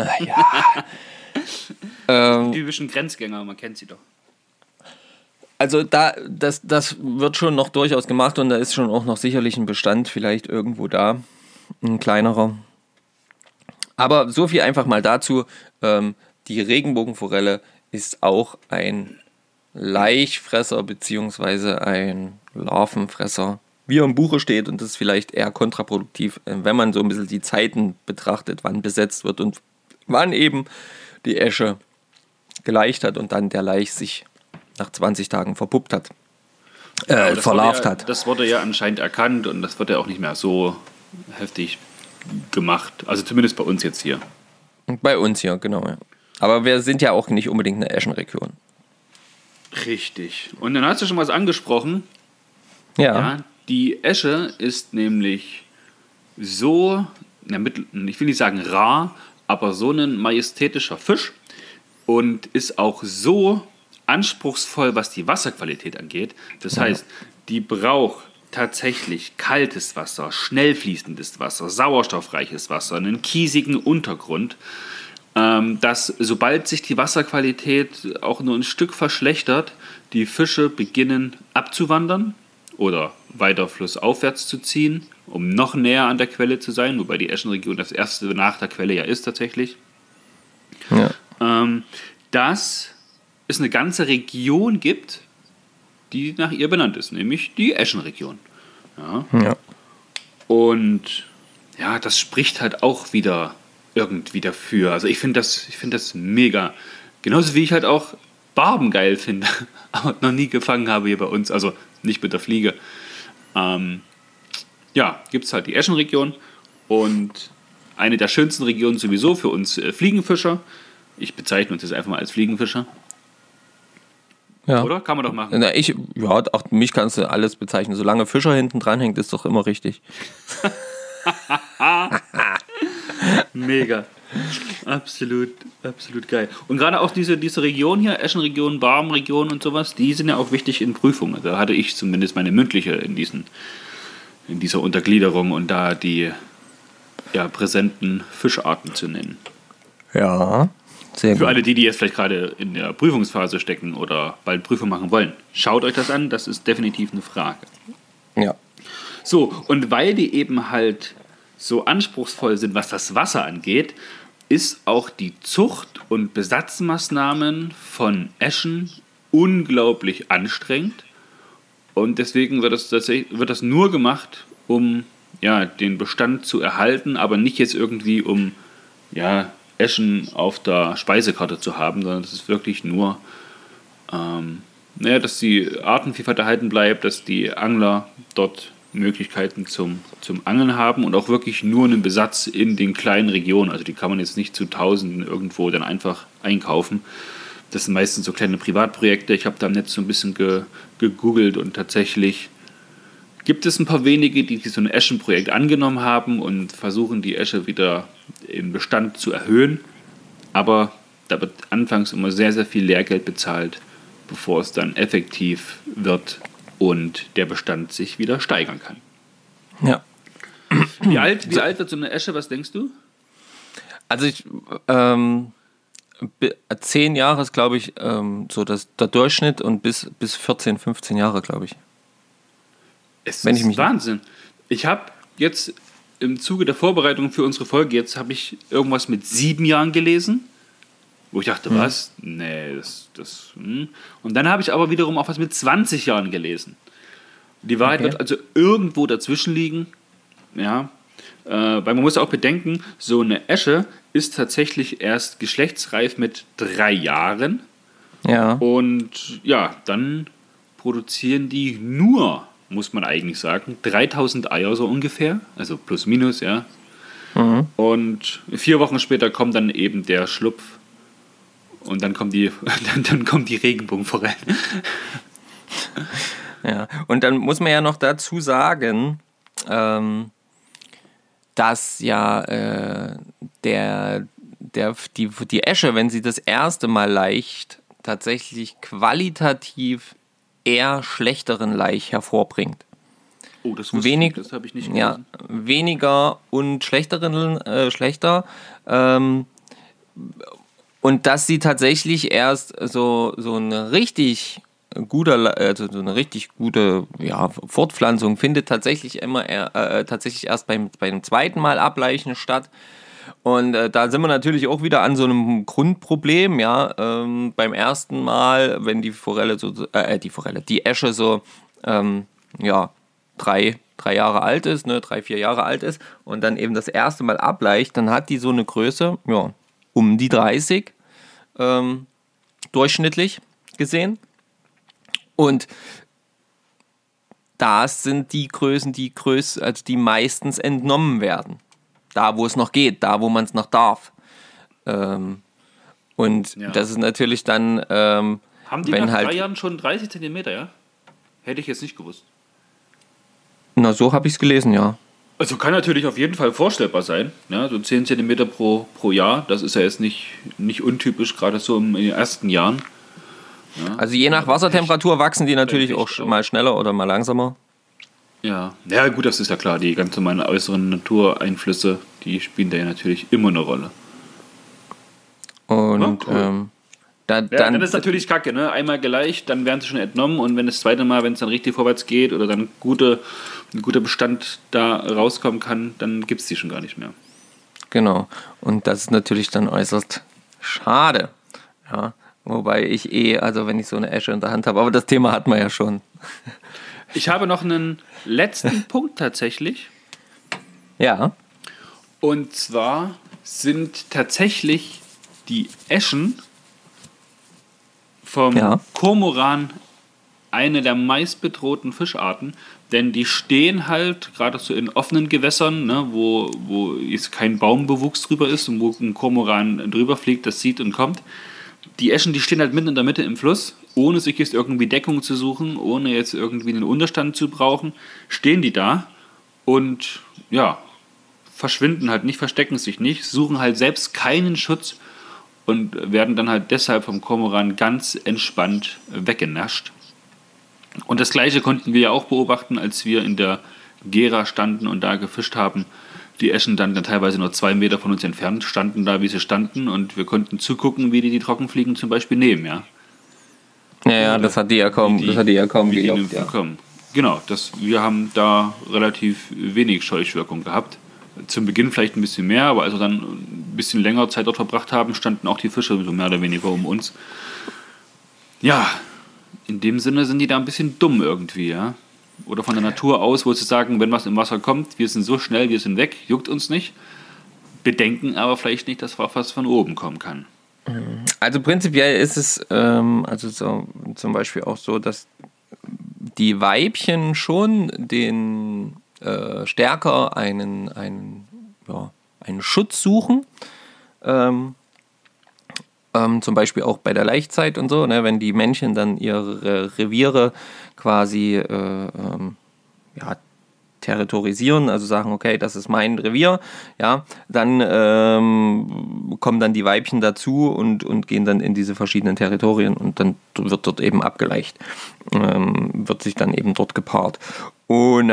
[SPEAKER 3] Die typischen Grenzgänger, man kennt sie doch.
[SPEAKER 1] Also das wird schon noch durchaus gemacht und da ist schon auch noch sicherlich ein Bestand vielleicht irgendwo da, ein kleinerer. Aber so viel einfach mal dazu, die Regenbogenforelle ist auch ein Laichfresser beziehungsweise ein Larvenfresser, wie er im Buche steht, und das ist vielleicht eher kontraproduktiv, wenn man so ein bisschen die Zeiten betrachtet, wann besetzt wird und wann eben die Esche geleicht hat und dann der Laich sich nach 20 Tagen verpuppt hat, verlarvt hat.
[SPEAKER 3] Das wurde ja anscheinend erkannt und das wird ja auch nicht mehr so heftig gemacht. Also zumindest bei uns jetzt hier.
[SPEAKER 1] Bei uns hier, genau. Ja. Aber wir sind ja auch nicht unbedingt eine Eschenregion.
[SPEAKER 3] Richtig. Und dann hast du schon was angesprochen.
[SPEAKER 1] Ja.
[SPEAKER 3] Die Esche ist nämlich so, ich will nicht sagen rar, aber so ein majestätischer Fisch und ist auch so anspruchsvoll, was die Wasserqualität angeht. Das heißt, die braucht tatsächlich kaltes Wasser, schnell fließendes Wasser, sauerstoffreiches Wasser, einen kiesigen Untergrund, dass sobald sich die Wasserqualität auch nur ein Stück verschlechtert, die Fische beginnen abzuwandern oder weiter flussaufwärts zu ziehen, um noch näher an der Quelle zu sein, wobei die Eschenregion das erste nach der Quelle ja ist tatsächlich. Ja. Dass es eine ganze Region gibt, die nach ihr benannt ist, nämlich die Eschenregion. Ja. Und ja, das spricht halt auch wieder irgendwie dafür. Also ich finde das mega. Genauso wie ich halt auch Barben geil finde, aber noch nie gefangen habe hier bei uns, also nicht mit der Fliege. Gibt es halt die Eschenregion und eine der schönsten Regionen sowieso für uns Fliegenfischer. Ich bezeichne uns jetzt einfach mal als Fliegenfischer.
[SPEAKER 1] Ja.
[SPEAKER 3] Oder? Kann man doch machen.
[SPEAKER 1] Auch mich kannst du alles bezeichnen. Solange Fischer hinten dran hängt, ist doch immer richtig.
[SPEAKER 3] Mega. Absolut geil. Und gerade auch diese Region hier, Eschenregion, Barbenregion und sowas, die sind ja auch wichtig in Prüfungen. Da hatte ich zumindest meine mündliche in dieser Untergliederung und da die präsenten Fischarten zu nennen.
[SPEAKER 1] Ja, sehr gut.
[SPEAKER 3] Für alle die jetzt vielleicht gerade in der Prüfungsphase stecken oder bald Prüfung machen wollen, schaut euch das an, das ist definitiv eine Frage.
[SPEAKER 1] Ja.
[SPEAKER 3] So, und weil die eben halt so anspruchsvoll sind, was das Wasser angeht, ist auch die Zucht- und Besatzmaßnahmen von Eschen unglaublich anstrengend. Und deswegen wird das nur gemacht, um den Bestand zu erhalten, aber nicht jetzt irgendwie, um Eschen auf der Speisekarte zu haben, sondern es ist wirklich nur, dass die Artenvielfalt erhalten bleibt, dass die Angler dort Möglichkeiten zum Angeln haben und auch wirklich nur einen Besatz in den kleinen Regionen. Also die kann man jetzt nicht zu Tausenden irgendwo dann einfach einkaufen. Das sind meistens so kleine Privatprojekte. Ich habe da im Netz so ein bisschen gegoogelt und tatsächlich gibt es ein paar wenige, die so ein Eschenprojekt angenommen haben und versuchen, die Esche wieder im Bestand zu erhöhen. Aber da wird anfangs immer sehr, sehr viel Lehrgeld bezahlt, bevor es dann effektiv wird und der Bestand sich wieder steigern kann.
[SPEAKER 1] Ja.
[SPEAKER 3] Wie alt wird so eine Esche, was denkst du?
[SPEAKER 1] Also 10 Jahre ist, glaube ich, so der Durchschnitt und bis 14, 15 Jahre, glaube ich.
[SPEAKER 3] Es ist Wahnsinn. Ich habe jetzt im Zuge der Vorbereitung für unsere Folge, habe ich irgendwas mit 7 Jahren gelesen, wo ich dachte, was? Nee, das. Und dann habe ich aber wiederum auch was mit 20 Jahren gelesen. Die Wahrheit wird also irgendwo dazwischen liegen. Ja. Weil man muss auch bedenken, so eine Esche ist tatsächlich erst geschlechtsreif mit 3 Jahren.
[SPEAKER 1] Ja.
[SPEAKER 3] Und dann produzieren die nur, muss man eigentlich sagen, 3000 Eier so ungefähr. Also plus minus, ja. Mhm. Und 4 Wochen später kommt dann eben der Schlupf. Und dann kommen die Regenbogenforellen.
[SPEAKER 1] Ja, und dann muss man ja noch dazu sagen, dass die Esche, wenn sie das erste Mal laicht, tatsächlich qualitativ eher schlechteren Laich hervorbringt.
[SPEAKER 3] Oh, das wusste ich, das habe ich nicht gelesen.
[SPEAKER 1] Ja, weniger und schlechter. Und dass sie tatsächlich erst so eine richtig gute Fortpflanzung findet tatsächlich erst beim zweiten Mal ableichen statt. Und da sind wir natürlich auch wieder an so einem Grundproblem, ja. Beim ersten Mal, wenn die Esche so, ja, drei Jahre alt ist, ne, 3, 4 Jahre alt ist und dann eben das erste Mal ableicht, dann hat die so eine Größe, ja, um die 30, durchschnittlich gesehen. Und das sind die Größen, die meistens entnommen werden. Da, wo es noch geht, da, wo man es noch darf. Und das ist natürlich dann...
[SPEAKER 3] Haben die nach 3 Jahren schon 30 Zentimeter, ja? Hätte ich jetzt nicht gewusst.
[SPEAKER 1] Na, so habe ich es gelesen, ja.
[SPEAKER 3] Also kann natürlich auf jeden Fall vorstellbar sein. Ja, so 10 Zentimeter pro Jahr, das ist ja jetzt nicht untypisch, gerade so in den ersten Jahren. Ja.
[SPEAKER 1] Also je nach Wassertemperatur wachsen die natürlich auch mal schneller oder mal langsamer.
[SPEAKER 3] Ja, gut, das ist ja klar. Die ganz normalen äußeren Natureinflüsse, die spielen da ja natürlich immer eine Rolle.
[SPEAKER 1] Und
[SPEAKER 3] dann ist natürlich kacke, ne? Einmal geleicht, dann werden sie schon entnommen und wenn das zweite Mal, wenn es dann richtig vorwärts geht oder dann ein guter Bestand da rauskommen kann, dann gibt es die schon gar nicht mehr.
[SPEAKER 1] Genau. Und das ist natürlich dann äußerst schade. Ja. Wobei ich also wenn ich so eine Esche in der Hand habe, aber das Thema hatten wir ja schon.
[SPEAKER 3] Ich habe noch einen letzten Punkt tatsächlich.
[SPEAKER 1] Ja.
[SPEAKER 3] Und zwar sind tatsächlich die Eschen vom Kormoran eine der meistbedrohten Fischarten, denn die stehen halt gerade so in offenen Gewässern, ne, wo jetzt kein Baumbewuchs drüber ist und wo ein Kormoran drüber fliegt, das sieht und kommt. Die Eschen, die stehen halt mitten in der Mitte im Fluss, ohne sich jetzt irgendwie Deckung zu suchen, ohne jetzt irgendwie einen Unterstand zu brauchen, stehen die da und verschwinden halt nicht, verstecken sich nicht, suchen halt selbst keinen Schutz und werden dann halt deshalb vom Kormoran ganz entspannt weggenascht. Und das Gleiche konnten wir ja auch beobachten, als wir in der Gera standen und da gefischt haben. Die Eschen dann teilweise nur 2 Meter von uns entfernt standen da, wie sie standen, und wir konnten zugucken, wie die Trockenfliegen zum Beispiel nehmen, ja.
[SPEAKER 1] Ja, das hat die ja kaum geglaubt, ja.
[SPEAKER 3] Genau, wir haben da relativ wenig Scheuchwirkung gehabt. Zum Beginn vielleicht ein bisschen mehr, aber als wir dann ein bisschen länger Zeit dort verbracht haben, standen auch die Fische so mehr oder weniger um uns. Ja, in dem Sinne sind die da ein bisschen dumm irgendwie, ja. Oder von der Natur aus, wo sie sagen, wenn was im Wasser kommt, wir sind so schnell, wir sind weg, juckt uns nicht. Bedenken aber vielleicht nicht, dass was von oben kommen kann.
[SPEAKER 1] Also prinzipiell ist es so, zum Beispiel auch so, dass die Weibchen schon den stärker einen Schutz suchen. Zum Beispiel auch bei der Laichzeit und so, ne, wenn die Männchen dann ihre Reviere quasi territorisieren, also sagen, okay, das ist mein Revier, ja, dann kommen dann die Weibchen dazu und gehen dann in diese verschiedenen Territorien und dann wird dort eben abgeleicht, wird sich dann eben dort gepaart. Und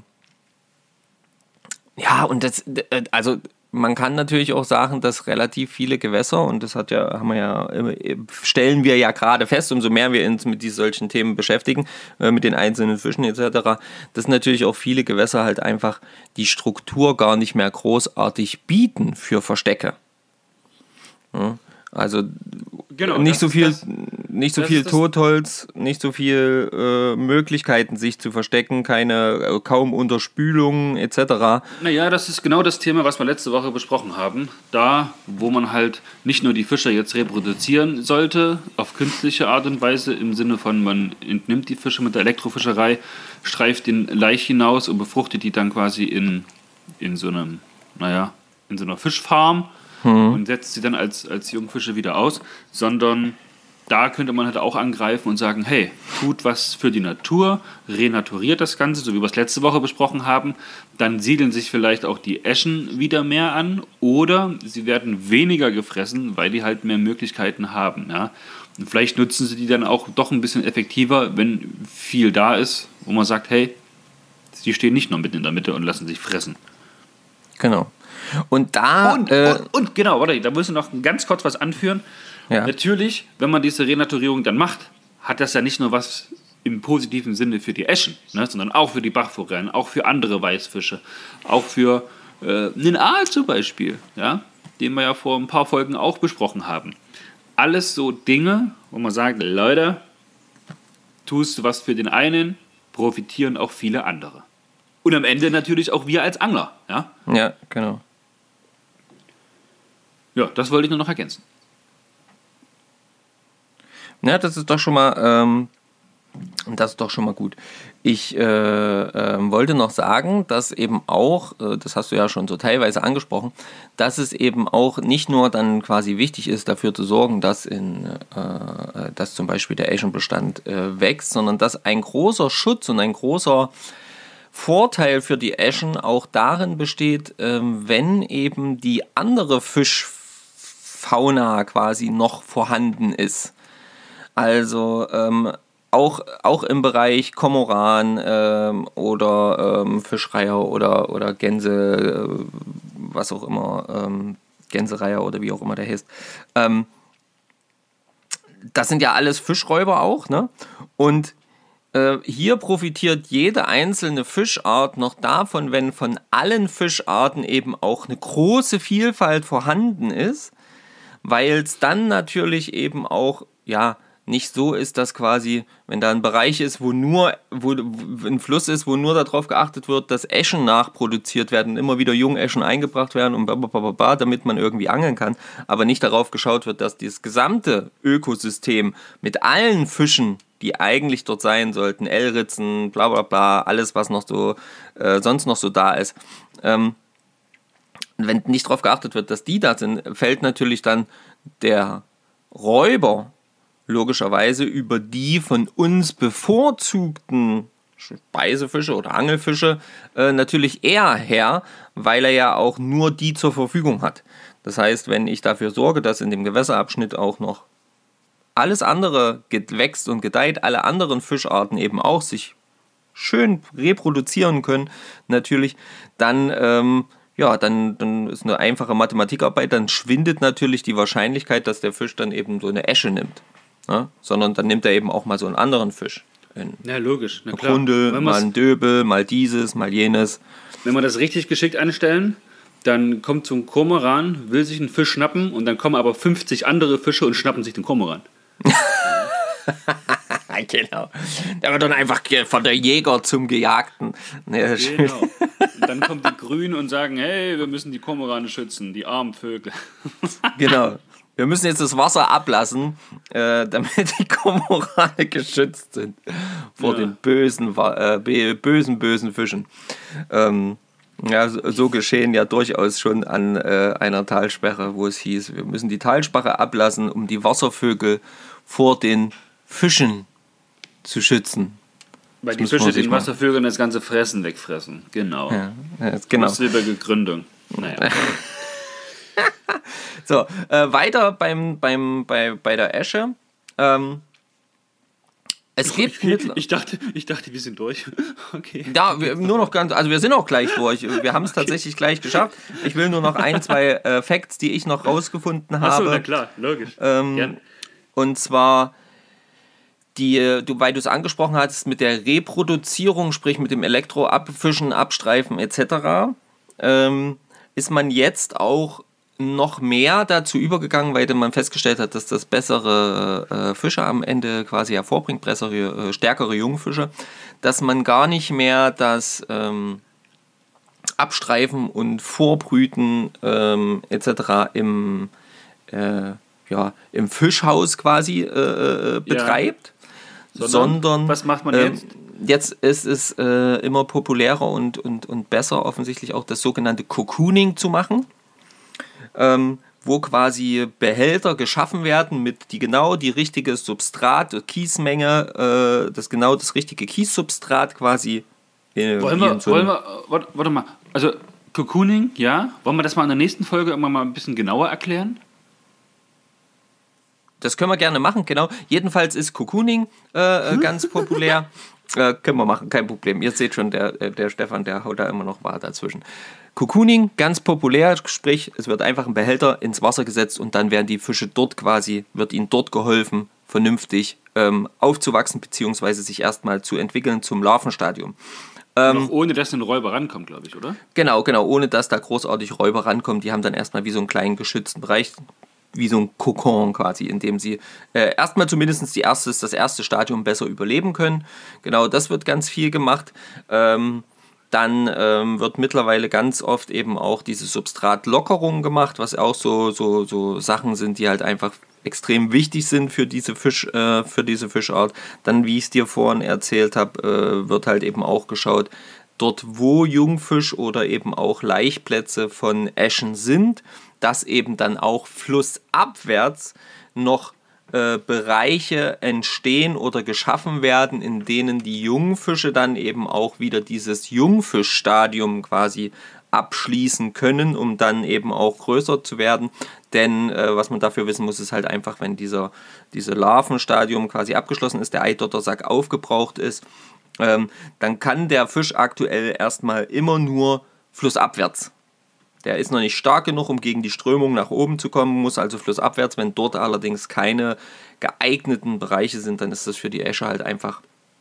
[SPEAKER 1] also man kann natürlich auch sagen, dass relativ viele Gewässer, und das stellen wir ja gerade fest, umso mehr wir uns mit solchen Themen beschäftigen, mit den einzelnen Fischen etc., dass natürlich auch viele Gewässer halt einfach die Struktur gar nicht mehr großartig bieten für Verstecke. Ja, also nicht so viel Totholz, nicht so viel Möglichkeiten, sich zu verstecken, kaum Unterspülung etc.
[SPEAKER 3] Naja, das ist genau das Thema, was wir letzte Woche besprochen haben. Da, wo man halt nicht nur die Fische jetzt reproduzieren sollte, auf künstliche Art und Weise, im Sinne von, man entnimmt die Fische mit der Elektrofischerei, streift den Laich hinaus und befruchtet die dann quasi in so einer Fischfarm und setzt sie dann als Jungfische wieder aus, sondern da könnte man halt auch angreifen und sagen, hey, tut was für die Natur, renaturiert das Ganze, so wie wir es letzte Woche besprochen haben, dann siedeln sich vielleicht auch die Eschen wieder mehr an oder sie werden weniger gefressen, weil die halt mehr Möglichkeiten haben. Ja? Und vielleicht nutzen sie die dann auch doch ein bisschen effektiver, wenn viel da ist, wo man sagt, hey, sie stehen nicht nur mitten in der Mitte und lassen sich fressen.
[SPEAKER 1] Genau. Und da...
[SPEAKER 3] Und genau, warte, da muss ich noch ganz kurz was anführen. Ja. Natürlich, wenn man diese Renaturierung dann macht, hat das ja nicht nur was im positiven Sinne für die Eschen, ne, sondern auch für die Bachforellen, auch für andere Weißfische, auch für einen Aal zum Beispiel, ja, den wir ja vor ein paar Folgen auch besprochen haben. Alles so Dinge, wo man sagt, Leute, tust du was für den einen, profitieren auch viele andere. Und am Ende natürlich auch wir als Angler. Ja,
[SPEAKER 1] ja, genau.
[SPEAKER 3] Ja, das wollte ich nur noch ergänzen.
[SPEAKER 1] Ja, das ist doch schon mal, gut. Ich wollte noch sagen, dass eben auch, das hast du ja schon so teilweise angesprochen, dass es eben auch nicht nur dann quasi wichtig ist, dafür zu sorgen, dass dass zum Beispiel der Äschenbestand wächst, sondern dass ein großer Schutz und ein großer Vorteil für die Äschen auch darin besteht, wenn eben die andere Fischfauna quasi noch vorhanden ist. Also auch im Bereich Kormoran oder Fischreiher oder Gänse, was auch immer, Gänsereiher oder wie auch immer der heißt. Das sind ja alles Fischräuber auch, ne? Und hier profitiert jede einzelne Fischart noch davon, wenn von allen Fischarten eben auch eine große Vielfalt vorhanden ist, weil es dann natürlich eben auch, ja, nicht so ist, dass quasi, wenn da ein Bereich ist, wo ein Fluss ist, wo nur darauf geachtet wird, dass Äschen nachproduziert werden, immer wieder Jungäschen eingebracht werden und damit man irgendwie angeln kann, aber nicht darauf geschaut wird, dass das gesamte Ökosystem mit allen Fischen, die eigentlich dort sein sollten, Elritzen, bla bla bla, alles, was noch so sonst noch so da ist, wenn nicht darauf geachtet wird, dass die da sind, fällt natürlich dann der Räuber logischerweise über die von uns bevorzugten Speisefische oder Angelfische natürlich eher her, weil er ja auch nur die zur Verfügung hat. Das heißt, wenn ich dafür sorge, dass in dem Gewässerabschnitt auch noch alles andere wächst und gedeiht, alle anderen Fischarten eben auch sich schön reproduzieren können, natürlich, dann dann ist eine einfache Mathematikarbeit, dann schwindet natürlich die Wahrscheinlichkeit, dass der Fisch dann eben so eine Äsche nimmt. Ja, sondern dann nimmt er eben auch mal so einen anderen Fisch.
[SPEAKER 3] Ja, logisch.
[SPEAKER 1] Na klar. Grundel, mal ein Döbel, mal dieses, mal jenes.
[SPEAKER 3] Wenn wir das richtig geschickt anstellen, dann kommt so ein Kormoran, will sich einen Fisch schnappen und dann kommen aber 50 andere Fische und schnappen sich den Kormoran.
[SPEAKER 1] Genau. Der wird dann einfach von der Jäger zum Gejagten. Ja,
[SPEAKER 3] genau. Und dann kommen die Grünen und sagen, hey, wir müssen die Kormorane schützen, die armen Vögel. Genau.
[SPEAKER 1] Wir müssen jetzt das Wasser ablassen, damit die Kormorane geschützt sind vor den bösen Fischen. So geschehen ja durchaus schon an einer Talsperre, wo es hieß, wir müssen die Talsperre ablassen, um die Wasservögel vor den Fischen zu schützen.
[SPEAKER 3] Weil die Fische den Wasservögeln das ganze Fressen wegfressen. Genau.
[SPEAKER 1] Ja, genau.
[SPEAKER 3] Silberige Gründung. Naja.
[SPEAKER 1] So, weiter bei der Äsche.
[SPEAKER 3] Ich dachte, wir sind durch. Okay.
[SPEAKER 1] Ja, nur noch wir sind auch gleich durch. Wir haben es tatsächlich gleich geschafft. Ich will nur noch 2 Facts, die ich noch rausgefunden habe.
[SPEAKER 3] Achso, na klar, logisch.
[SPEAKER 1] Und zwar, weil du es angesprochen hattest, mit der Reproduzierung, sprich mit dem Elektroabfischen, Abstreifen etc., ist man jetzt auch noch mehr dazu übergegangen, weil man festgestellt hat, dass das bessere Fische am Ende quasi hervorbringt, stärkere Jungfische, dass man gar nicht mehr das Abstreifen und Vorbrüten etc. im Fischhaus quasi betreibt, sondern
[SPEAKER 3] was macht man jetzt?
[SPEAKER 1] Jetzt ist es immer populärer und besser offensichtlich auch das sogenannte Cocooning zu machen, wo quasi Behälter geschaffen werden mit die richtige Substrat, Kiesmenge, das richtige Kiessubstrat quasi.
[SPEAKER 3] Warte mal, also Cocooning, ja, wollen wir das mal in der nächsten Folge irgendwann mal ein bisschen genauer erklären?
[SPEAKER 1] Das können wir gerne machen, genau. Jedenfalls ist Cocooning ganz populär. Können wir machen, kein Problem. Ihr seht schon, der Stefan, der haut da immer noch wahr dazwischen. Cocooning, ganz populär, sprich, es wird einfach ein Behälter ins Wasser gesetzt und dann werden die Fische wird ihnen dort geholfen, vernünftig aufzuwachsen, beziehungsweise sich erstmal zu entwickeln zum Larvenstadium.
[SPEAKER 3] Noch ohne, dass ein Räuber rankommt, glaube ich, oder?
[SPEAKER 1] Genau, ohne dass da großartig Räuber rankommen. Die haben dann erstmal wie so einen kleinen geschützten Bereich, wie so ein Kokon quasi, in dem sie erstmal zumindest das erste Stadium besser überleben können. Genau, das wird ganz viel gemacht. Dann wird mittlerweile ganz oft eben auch diese Substratlockerung gemacht, was auch so Sachen sind, die halt einfach extrem wichtig sind für diese Fischart. Dann, wie ich es dir vorhin erzählt habe, wird halt eben auch geschaut, dort wo Jungfisch oder eben auch Laichplätze von Äschen sind, dass eben dann auch flussabwärts noch Bereiche entstehen oder geschaffen werden, in denen die Jungfische dann eben auch wieder dieses Jungfischstadium quasi abschließen können, um dann eben auch größer zu werden. Denn was man dafür wissen muss, ist halt einfach, wenn diese Larvenstadium quasi abgeschlossen ist, der Eidottersack aufgebraucht ist, dann kann der Fisch aktuell erstmal immer nur flussabwärts. Der ist noch nicht stark genug, um gegen die Strömung nach oben zu kommen, muss also flussabwärts. Wenn dort allerdings keine geeigneten Bereiche sind, dann ist das für die Äsche halt einfach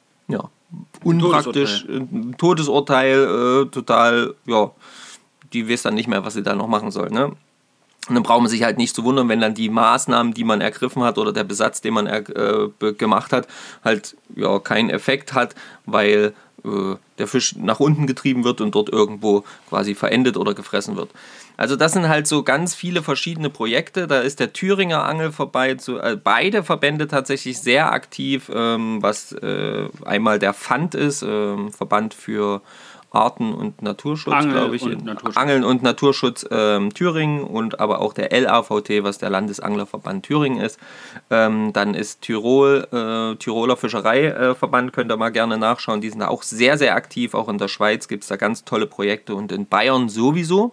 [SPEAKER 1] unpraktisch. Todesurteil, total, die weiß dann nicht mehr, was sie da noch machen soll. Ne? Und dann braucht man sich halt nicht zu wundern, wenn dann die Maßnahmen, die man ergriffen hat oder der Besatz, den man gemacht hat, halt keinen Effekt hat, weil der Fisch nach unten getrieben wird und dort irgendwo quasi verendet oder gefressen wird. Also das sind halt so ganz viele verschiedene Projekte. Da ist der Thüringer Angelverband, beide Verbände tatsächlich sehr aktiv, was einmal der FAND ist, Verband für Arten- und Naturschutz, glaube ich. Angeln und Naturschutz Thüringen und aber auch der LAVT, was der Landesanglerverband Thüringen ist. Dann ist Tiroler Fischereiverband, könnt ihr mal gerne nachschauen. Die sind da auch sehr, sehr aktiv. Auch in der Schweiz gibt es da ganz tolle Projekte und in Bayern sowieso,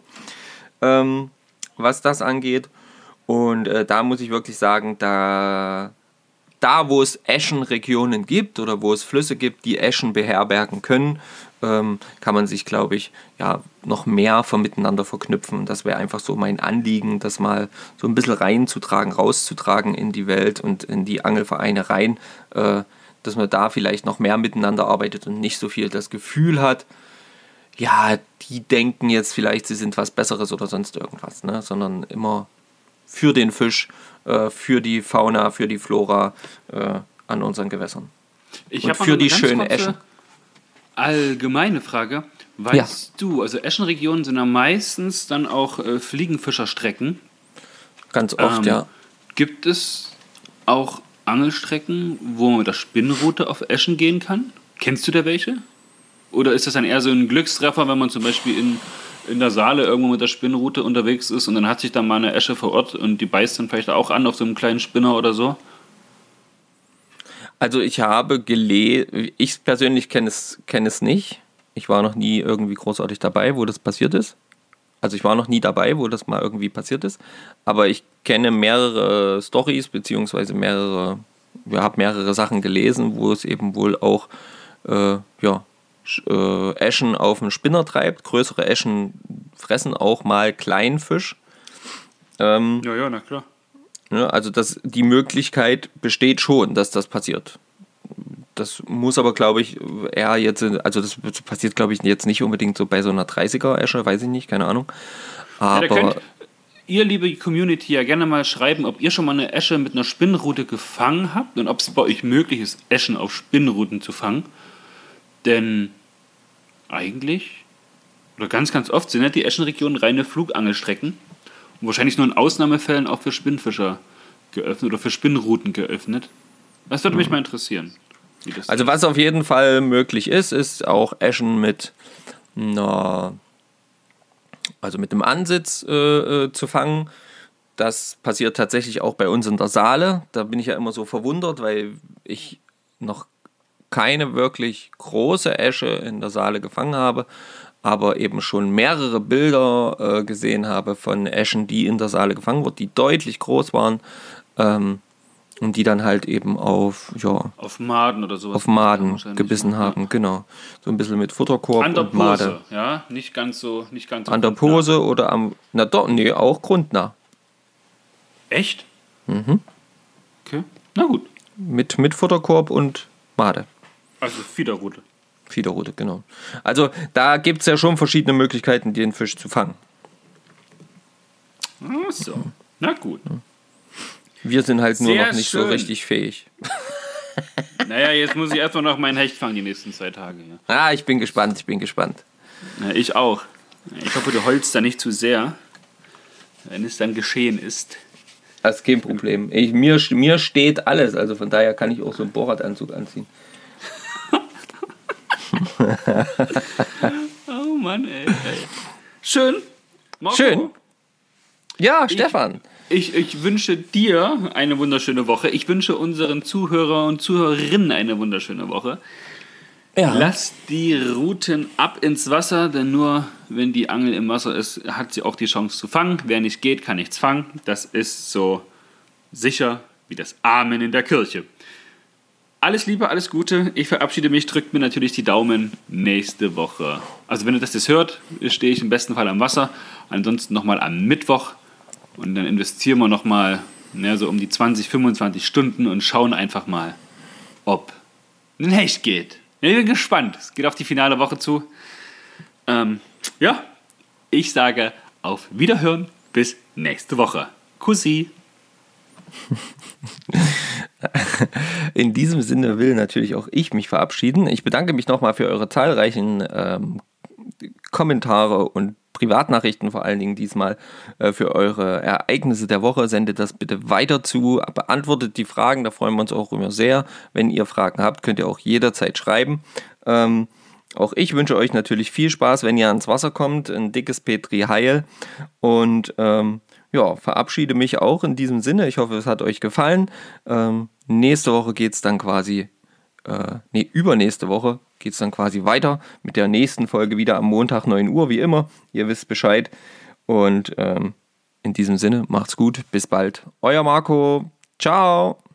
[SPEAKER 1] was das angeht. Und da muss ich wirklich sagen, da wo es Äschenregionen gibt oder wo es Flüsse gibt, die Äschen beherbergen können, kann man sich, glaube ich, noch mehr miteinander verknüpfen. Und das wäre einfach so mein Anliegen, das mal so ein bisschen rauszutragen in die Welt und in die Angelvereine rein, dass man da vielleicht noch mehr miteinander arbeitet und nicht so viel das Gefühl hat, die denken jetzt vielleicht, sie sind was Besseres oder sonst irgendwas, ne? Sondern immer für den Fisch, für die Fauna, für die Flora an unseren Gewässern. Und für die schönen Äschen.
[SPEAKER 3] Allgemeine Frage. Weißt du, also Äschenregionen sind ja meistens dann auch Fliegenfischerstrecken.
[SPEAKER 1] Ganz oft, ja.
[SPEAKER 3] Gibt es auch Angelstrecken, wo man mit der Spinnrute auf Äschen gehen kann? Kennst du da welche? Oder ist das dann eher so ein Glückstreffer, wenn man zum Beispiel in der Saale irgendwo mit der Spinnrute unterwegs ist und dann hat sich dann mal eine Äsche vor Ort und die beißt dann vielleicht auch an auf so einem kleinen Spinner oder so?
[SPEAKER 1] Also ich habe gelesen, ich persönlich kenne es nicht. Ich war noch nie irgendwie großartig dabei, wo das passiert ist. Also ich war noch nie dabei, wo das mal irgendwie passiert ist. Aber ich kenne mehrere Storys, beziehungsweise habe mehrere Sachen gelesen, wo es eben wohl auch Äschen auf den Spinner treibt. Größere Äschen fressen auch mal Kleinfisch.
[SPEAKER 3] Na klar.
[SPEAKER 1] Also die Möglichkeit besteht schon, dass das passiert. Das muss aber, glaube ich, eher jetzt, also das passiert, glaube ich, jetzt nicht unbedingt so bei so einer 30er-Äsche, weiß ich nicht, keine Ahnung. Aber
[SPEAKER 3] da könnt ihr, liebe Community, ja gerne mal schreiben, ob ihr schon mal eine Äsche mit einer Spinnrute gefangen habt und ob es bei euch möglich ist, Äschen auf Spinnruten zu fangen. Denn eigentlich, oder ganz, ganz oft sind ja die Äschenregionen reine Flugangelstrecken. Und wahrscheinlich nur in Ausnahmefällen auch für Spinnfischer geöffnet oder für Spinnruten geöffnet. Das würde mich mal interessieren.
[SPEAKER 1] Also was auf jeden Fall möglich ist auch Äschen mit einem Ansitz zu fangen. Das passiert tatsächlich auch bei uns in der Saale. Da bin ich ja immer so verwundert, weil ich noch keine wirklich große Äsche in der Saale gefangen habe, aber eben schon mehrere Bilder gesehen habe von Äschen, die in der Saale gefangen wurden, die deutlich groß waren und die dann halt eben auf
[SPEAKER 3] Maden oder sowas.
[SPEAKER 1] Auf Maden gebissen haben, genau. So ein bisschen mit Futterkorb
[SPEAKER 3] an der
[SPEAKER 1] und Made.
[SPEAKER 3] Pose, ja, nicht ganz so
[SPEAKER 1] an der Pose oder auch grundnah.
[SPEAKER 3] Echt?
[SPEAKER 1] Mhm.
[SPEAKER 3] Okay, na gut.
[SPEAKER 1] Mit Futterkorb und Mate.
[SPEAKER 3] Also Fiederrute.
[SPEAKER 1] Fiederrute, genau. Also da gibt es ja schon verschiedene Möglichkeiten, den Fisch zu fangen.
[SPEAKER 3] Ach so, na gut.
[SPEAKER 1] Wir sind halt nur noch nicht so richtig fähig.
[SPEAKER 3] Naja, jetzt muss ich erstmal noch meinen Hecht fangen die nächsten 2 Tage.
[SPEAKER 1] Ja. Ich bin gespannt.
[SPEAKER 3] Ja, ich auch. Ich hoffe, du holst da nicht zu sehr, wenn es dann geschehen ist.
[SPEAKER 1] Das ist kein Problem. Mir steht alles, also von daher kann ich auch so einen Borat-Anzug anziehen.
[SPEAKER 3] Oh Mann, ey. Schön.
[SPEAKER 1] Marco. Schön. Ja, Stefan.
[SPEAKER 3] Ich wünsche dir eine wunderschöne Woche. Ich wünsche unseren Zuhörer und Zuhörerinnen eine wunderschöne Woche. Ja. Lasst die Ruten ab ins Wasser, denn nur wenn die Angel im Wasser ist, hat sie auch die Chance zu fangen. Wer nicht geht, kann nichts fangen. Das ist so sicher wie das Amen in der Kirche. Alles Liebe, alles Gute. Ich verabschiede mich, drückt mir natürlich die Daumen nächste Woche. Also wenn ihr das jetzt hört, stehe ich im besten Fall am Wasser. Ansonsten nochmal am Mittwoch. Und dann investieren wir nochmal so um die 20, 25 Stunden und schauen einfach mal, ob ein Hecht geht. Ja, ich bin gespannt. Es geht auf die finale Woche zu. Ich sage auf Wiederhören. Bis nächste Woche. Kussi.
[SPEAKER 1] In diesem Sinne will natürlich auch ich mich verabschieden. Ich bedanke mich nochmal für eure zahlreichen Kommentare und Privatnachrichten vor allen Dingen diesmal für eure Ereignisse der Woche. Sendet das bitte weiter zu, beantwortet die Fragen, da freuen wir uns auch immer sehr. Wenn ihr Fragen habt, könnt ihr auch jederzeit schreiben. Auch ich wünsche euch natürlich viel Spaß, wenn ihr ans Wasser kommt. Ein dickes Petri Heil und verabschiede mich auch in diesem Sinne. Ich hoffe, es hat euch gefallen. Nächste Woche geht es dann übernächste Woche geht es dann quasi weiter mit der nächsten Folge wieder am Montag 9 Uhr, wie immer. Ihr wisst Bescheid. Und in diesem Sinne, macht's gut. Bis bald. Euer Marco. Ciao.